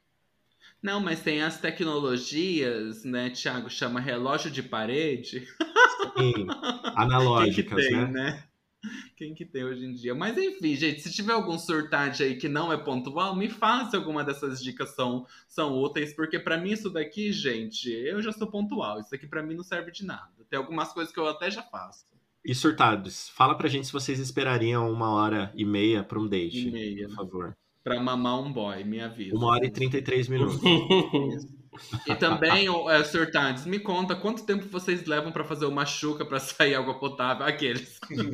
Não, mas tem as tecnologias, né, Thiago? Chama relógio de parede. Sim, Quem que analógicas, tem, né? né? Quem que tem hoje em dia? Mas enfim, gente, se tiver algum surtade aí que não é pontual, me faça alguma dessas dicas são, são úteis, porque pra mim isso daqui, gente, eu já sou pontual. Isso aqui pra mim não serve de nada. Tem algumas coisas que eu até já faço. E surtados, fala pra gente se vocês esperariam uma hora e meia pra um date, E meia. por favor. Pra mamar um boy, minha vida. Uma hora e trinta e três minutos. E também, é, senhor Tades, me conta quanto tempo vocês levam pra fazer uma chuca pra sair água potável? Aqueles.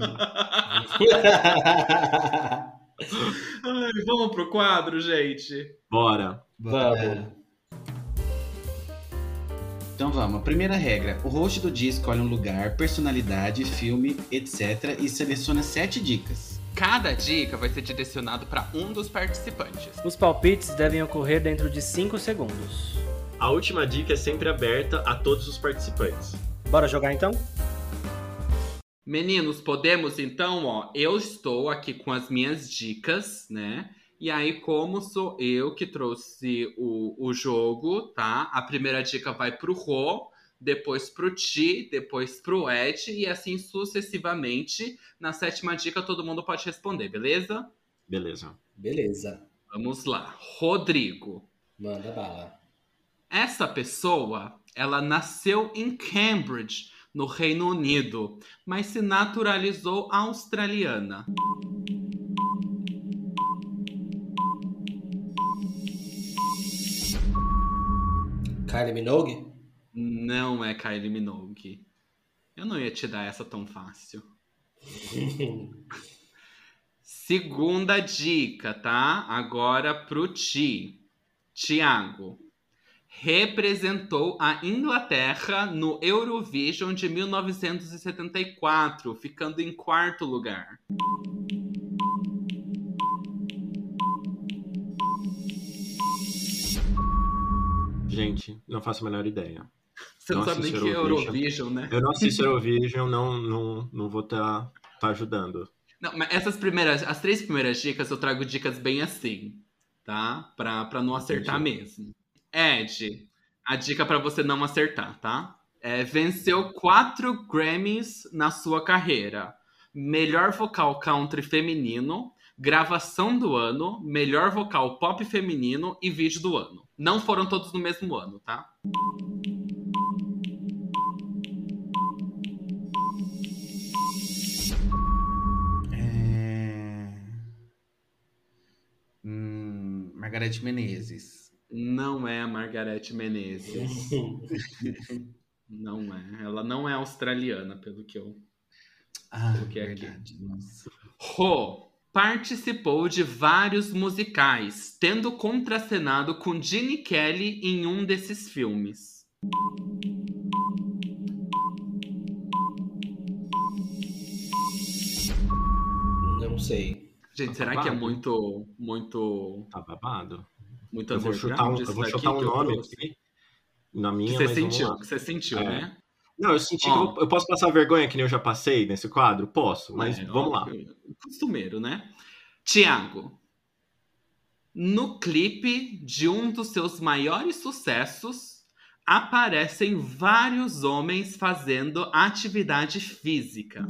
Ai, vamos pro quadro, gente? Bora. Vamos. Então vamos. Primeira regra. O host do dia escolhe um lugar, personalidade, filme, etcétera e seleciona sete dicas. Cada dica vai ser direcionado para um dos participantes. Os palpites devem ocorrer dentro de cinco segundos. A última dica é sempre aberta a todos os participantes. Bora jogar então? Meninos, podemos então, ó, eu estou aqui com as minhas dicas, né? E aí, como sou eu que trouxe o, o jogo, tá? A primeira dica vai pro Rô, depois pro Ti, depois pro Ed, e assim sucessivamente. Na sétima dica, todo mundo pode responder, beleza? Beleza. Beleza. Vamos lá. Rodrigo. Manda bala. Essa pessoa, ela nasceu em Cambridge, no Reino Unido, mas se naturalizou australiana. Kylie Minogue? Não é Kylie Minogue. Eu não ia te dar essa tão fácil. Segunda dica, tá? Agora pro Ti. Tiago. Representou a Inglaterra no Eurovision de mil novecentos e setenta e quatro, ficando em quarto lugar. Gente, não faço a menor ideia. Você não, não sabe nem que é Eurovision, né? Eu não assisto Eurovision, não, não, não vou estar tá, tá ajudando. Não, mas essas primeiras, as três primeiras dicas eu trago dicas bem assim, tá? Pra, pra não acertar Entendi. mesmo. Ed, a dica pra você não acertar, tá? É, venceu quatro Grammys na sua carreira. Melhor vocal country feminino, gravação do ano, melhor vocal pop feminino e vídeo do ano. Não foram todos no mesmo ano, tá? É... Hum, Margareth Menezes. Não é a Margareth Menezes. Não é. Ela não é australiana, pelo que eu... Ah, pelo que é aqui. verdade. Nossa. Ro participou de vários musicais, tendo contracenado com Gene Kelly em um desses filmes. Não sei. Gente, Tá será babado. que é muito, muito, Tá babado. muito Eu vou chutar um, underground eu isso vou daqui chutar um que eu nome trouxe? aqui. Na Que minha, você mas vamos sentiu, lá. que você sentiu, É. né? Não, eu senti Ó. que eu, eu posso passar vergonha, que nem eu já passei nesse quadro? Posso, mas É, vamos ó, lá. Costumeiro, né? Tiago. No clipe de um dos seus maiores sucessos, aparecem vários homens fazendo atividade física.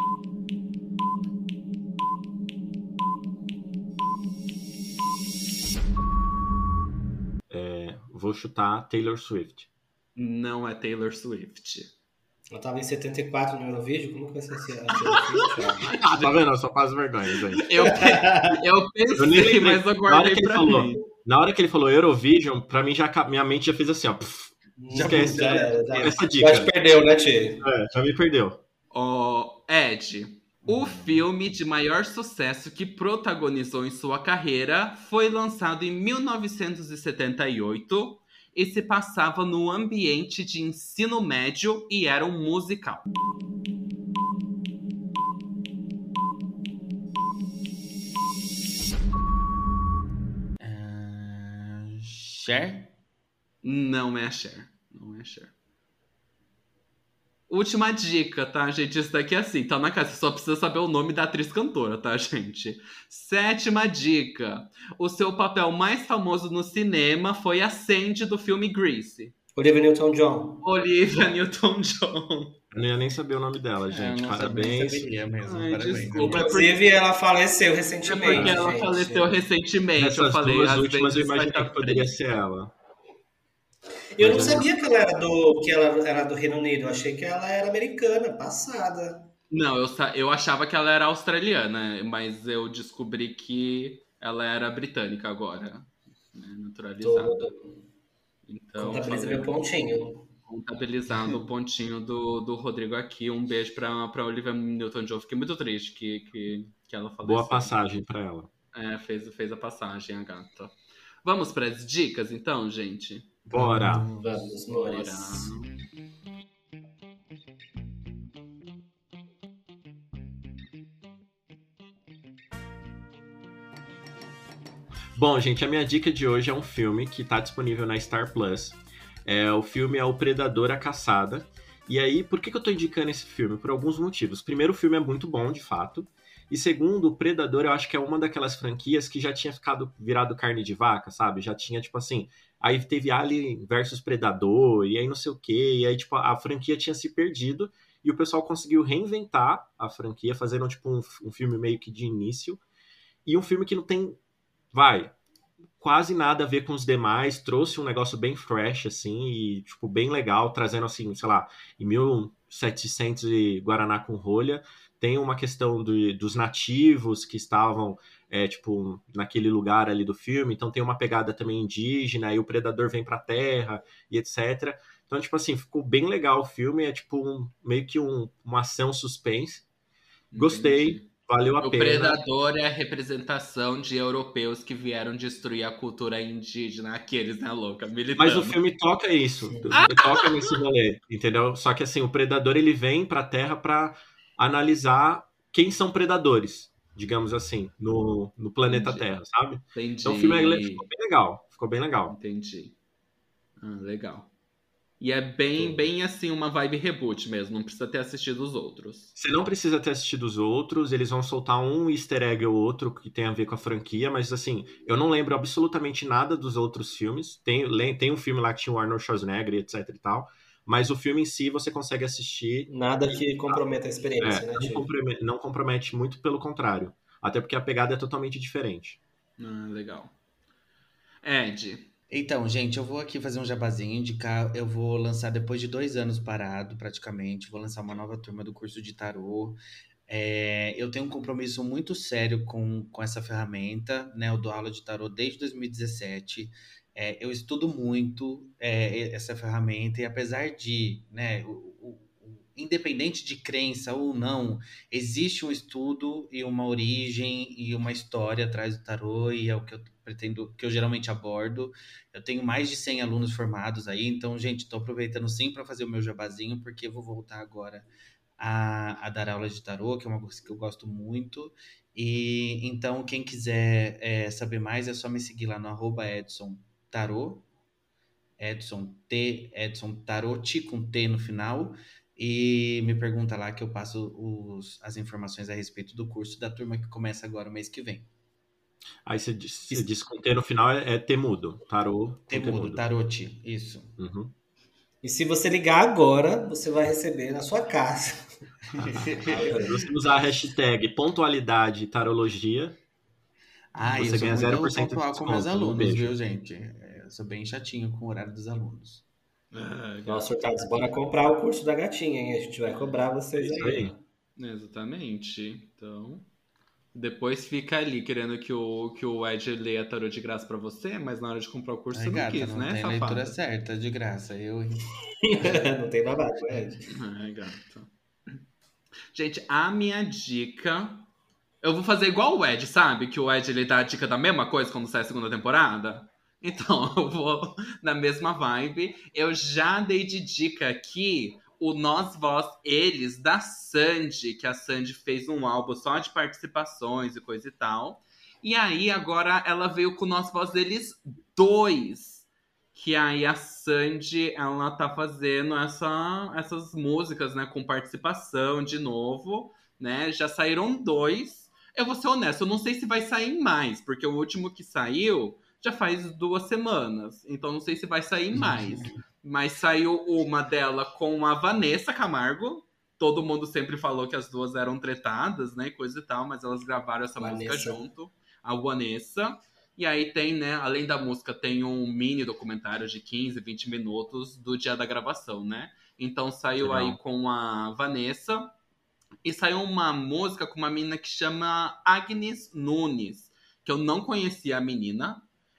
É, vou chutar Taylor Swift. Não é Taylor Swift. Ela tava em setenta e quatro no Eurovision? Como que vai ser esse ano? Ah, tá vendo? Eu só passo vergonha, gente. Eu, pe- eu Eu nem pensei, lembrei. mas eu Na hora guardei que ele pra falou, mim. na hora que ele falou Eurovision, pra mim já ca- minha mente já fez assim, ó. Pff, esquece Já era, já era. essa dica. Já te perdeu, né, Tchê? É, já me perdeu. Ó, Ed, o filme de maior sucesso que protagonizou em sua carreira foi lançado em mil novecentos e setenta e oito e se passava no ambiente de ensino médio e era um musical. Ah, Cher? Não é a Cher. Não é a Cher. Última dica, tá, gente? Isso daqui é assim, tá na casa. Você só precisa saber o nome da atriz cantora, tá, gente? Sétima dica. O seu papel mais famoso no cinema foi a Sandy do filme Grease. Olivia Newton-John. Olivia Newton-John. Eu não ia nem saber o nome dela, gente. É, eu não Parabéns. saberia mesmo, Ai, parabéns. desculpa. Inclusive, ela faleceu É recentemente. porque ela gente. faleceu recentemente. Nessas eu falei, duas às últimas eu vezes vai imaginei pra que poderia frente. ser ela. Eu não Mas sabia que ela era do, que ela era do Reino Unido. Eu achei que ela era americana, passada. Não, eu, sa- eu achava que ela era australiana, mas eu descobri que ela era britânica agora. Né, naturalizada. Toda. Então, Contabiliza meu pontinho. Contabilizando o pontinho do, do Rodrigo aqui. Um beijo pra, pra Olivia Newton-John. Fiquei muito triste que, que, que ela faleceu. Boa passagem pra ela. É, fez, fez a passagem, a gata. Vamos para as dicas, então, gente? Bora! Vamos, Mores. Bom, gente, a minha dica de hoje é um filme que está disponível na Star Plus. É, o filme é O Predador, a Caçada. E aí, por que, que eu estou indicando esse filme? Por alguns motivos. Primeiro, o filme é muito bom, de fato. E segundo, o Predador, eu acho que é uma daquelas franquias que já tinha ficado virado carne de vaca, sabe? Já tinha, tipo assim... Aí teve Alien versus Predador, e aí não sei o quê. E aí, tipo, a franquia tinha se perdido. E o pessoal conseguiu reinventar a franquia, fazendo, tipo, um, um filme meio que de início. E um filme que não tem... Vai, quase nada a ver com os demais, trouxe um negócio bem fresh, assim, e, tipo, bem legal, trazendo, assim, sei lá, em mil e setecentos e Guaraná com rolha, tem uma questão do, dos nativos que estavam, é, tipo, naquele lugar ali do filme, então tem uma pegada também indígena, e o predador vem pra terra, e etcétera. Então, tipo assim, ficou bem legal o filme, é tipo um, meio que um, uma ação suspense. Gostei. Entendi. Valeu a O pena. Predador é a representação de europeus que vieram destruir a cultura indígena, aqueles, né, louca, militando. Mas o filme toca isso, toca nesse rolê, entendeu? Só que assim, o Predador ele vem pra Terra pra analisar quem são predadores, digamos assim, no, no planeta Entendi. Terra, sabe? Entendi. Então o filme é, ficou bem legal, ficou bem legal. Entendi. Ah, legal. E é bem, bem assim, uma vibe reboot mesmo, não precisa ter assistido os outros. Você não precisa ter assistido os outros, eles vão soltar um easter egg ou outro que tem a ver com a franquia, mas assim, eu não lembro absolutamente nada dos outros filmes. Tem, tem um filme lá que tinha o Arnold Schwarzenegger e etc e tal, mas o filme em si você consegue assistir. Nada que comprometa a experiência, É, né, não, tio? compromete, não compromete, muito pelo contrário. Até porque a pegada é totalmente diferente. Ah, legal. Ed... Então, gente, eu vou aqui fazer um jabazinho, indicar, eu vou lançar depois de dois anos parado, praticamente, vou lançar uma nova turma do curso de tarô. É, eu tenho um compromisso muito sério com, com essa ferramenta, né? Eu dou aula de tarô desde dois mil e dezessete. É, eu estudo muito é, essa ferramenta e apesar de, né, o, o, o- independente de crença ou não, existe um estudo e uma origem e uma história atrás do tarô e é o que eu pretendo, que eu geralmente abordo. Eu tenho mais de cem alunos formados aí, então, gente, estou aproveitando sim para fazer o meu jabazinho, porque eu vou voltar agora a, a dar aula de tarô, que é uma coisa que eu gosto muito. E então, quem quiser é, saber mais, é só me seguir lá no arroba Edson Tarô, Edson T, Edson Tarot com T no final. E me pergunta lá que eu passo os, as informações a respeito do curso da turma que começa agora o mês que vem. Aí você diz, você diz que o T no final é, é temudo, tarô com Temudo, temudo. Tarote, isso. Uhum. E se você ligar agora, você vai receber na sua casa. Se você usar a hashtag pontualidade tarologia, Ah, você eu sou ganha zero por muito cento de pontual com meus desconto. Um alunos, beijo. viu, gente? É, Eu sou bem chatinho com o horário dos alunos. Ah, Nossa, surtados, bora comprar o curso da gatinha, hein? A gente vai cobrar vocês Isso aí. aí. exatamente. Então, depois fica ali querendo que o, que o Ed leia tarô de graça pra você, mas na hora de comprar o curso Ai, você não gata, quis, não né, tem safada? leitura certa, de graça. Eu, hein? Não tem babado, Ed. Ai, gata. Gente, a minha dica... Eu vou fazer igual o Ed, sabe? Que o Ed, ele dá a dica da mesma coisa quando sai a segunda temporada. Então, eu vou na mesma vibe. Eu já dei de dica aqui o Nós, Vós, Eles, da Sandy. Que a Sandy fez um álbum só de participações e coisa e tal. E aí, agora, ela veio com o Nós, Vós, Eles dois. Que aí a Sandy, ela tá fazendo essa, essas músicas, né? Com participação de novo, né? Já saíram dois. Eu vou ser honesto, eu não sei se vai sair mais. Porque o último que saiu já faz duas semanas. Então não sei se vai sair mais. Mas saiu uma dela com a Vanessa Camargo. Todo mundo sempre falou que as duas eram tretadas, né? Coisa e tal. Mas elas gravaram essa música Vanessa. junto. A Vanessa. E aí tem, né, além da música, tem um mini documentário de quinze, vinte minutos do dia da gravação, né? Então saiu Legal. aí com a Vanessa. E saiu uma música com uma menina que chama Agnes Nunes. Que eu não conhecia a menina.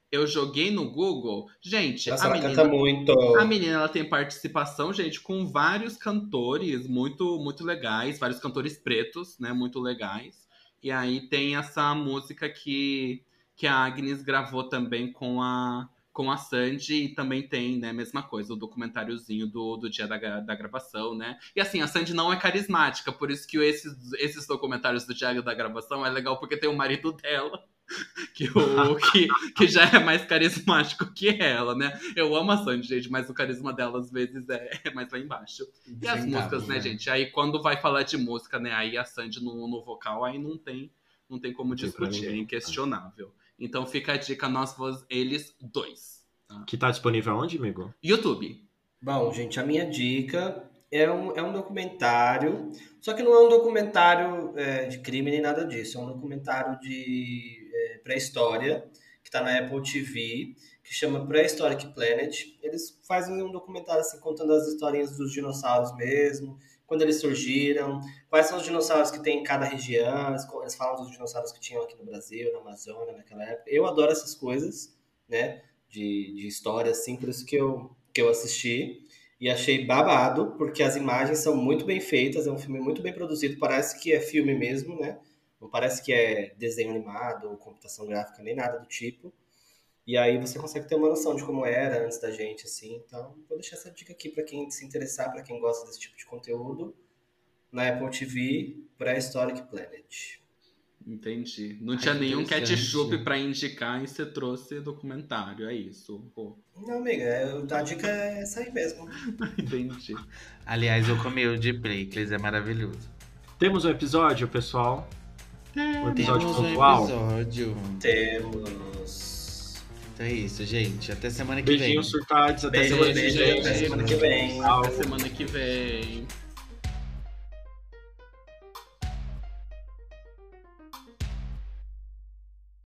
Eu joguei no Google. Gente, Nossa, a ela menina, canta muito. a menina ela tem participação, gente, com vários cantores muito, muito legais, vários cantores pretos, né, muito legais. E aí tem essa música que, que a Agnes gravou também com a, com a Sandy, e também tem, né, a mesma coisa, o documentáriozinho do, do dia da, da gravação, né? E assim, a Sandy não é carismática, por isso que esses, esses documentários do dia da gravação é legal, porque tem o marido dela. Que, o, que, que já é mais carismático que ela, né? Eu amo a Sandy, gente, mas o carisma dela às vezes é, é mais lá embaixo. E as Sim, músicas, tá, né, gente? Aí quando vai falar de música, né? Aí a Sandy no, no vocal, aí não tem, não tem como Não tem pra discutir, é ninguém. inquestionável. Então fica a dica, nós, vos, eles dois. Tá? Que tá disponível onde, amigo? YouTube. Bom, gente, a minha dica é um, é um documentário, só que não é um documentário é, de crime nem nada disso, é um documentário de é, pré-história, que tá na Apple T V, que chama Prehistoric Planet. Eles fazem um documentário assim, contando as historinhas dos dinossauros mesmo, quando eles surgiram, quais são os dinossauros que tem em cada região, eles, eles falam dos dinossauros que tinham aqui no Brasil, na Amazônia, naquela época. Eu adoro essas coisas, né, de, de história, assim, por isso que eu, que eu assisti. E achei babado, porque as imagens são muito bem feitas, é um filme muito bem produzido, parece que é filme mesmo, né? Não parece que é desenho animado ou computação gráfica, nem nada do tipo. E aí você consegue ter uma noção de como era antes da gente, assim. Então, vou deixar essa dica aqui para quem se interessar, para quem gosta desse tipo de conteúdo. Na Apple T V, Prehistoric Planet. Entendi. Não Ai, tinha que nenhum interessante. ketchup pra indicar e você trouxe documentário, é isso. Pô, Não, amiga, eu- a dica é essa aí mesmo. entendi. Aliás, eu comi o de Blakely, é maravilhoso. Temos um episódio, pessoal. Um episódio Temos um pontual. episódio. Temos. Então é isso, gente. Até semana que vem. Beijinhos surtados. Até Beijo, semana que beijo, vem. até semana que vem. Até semana que vem.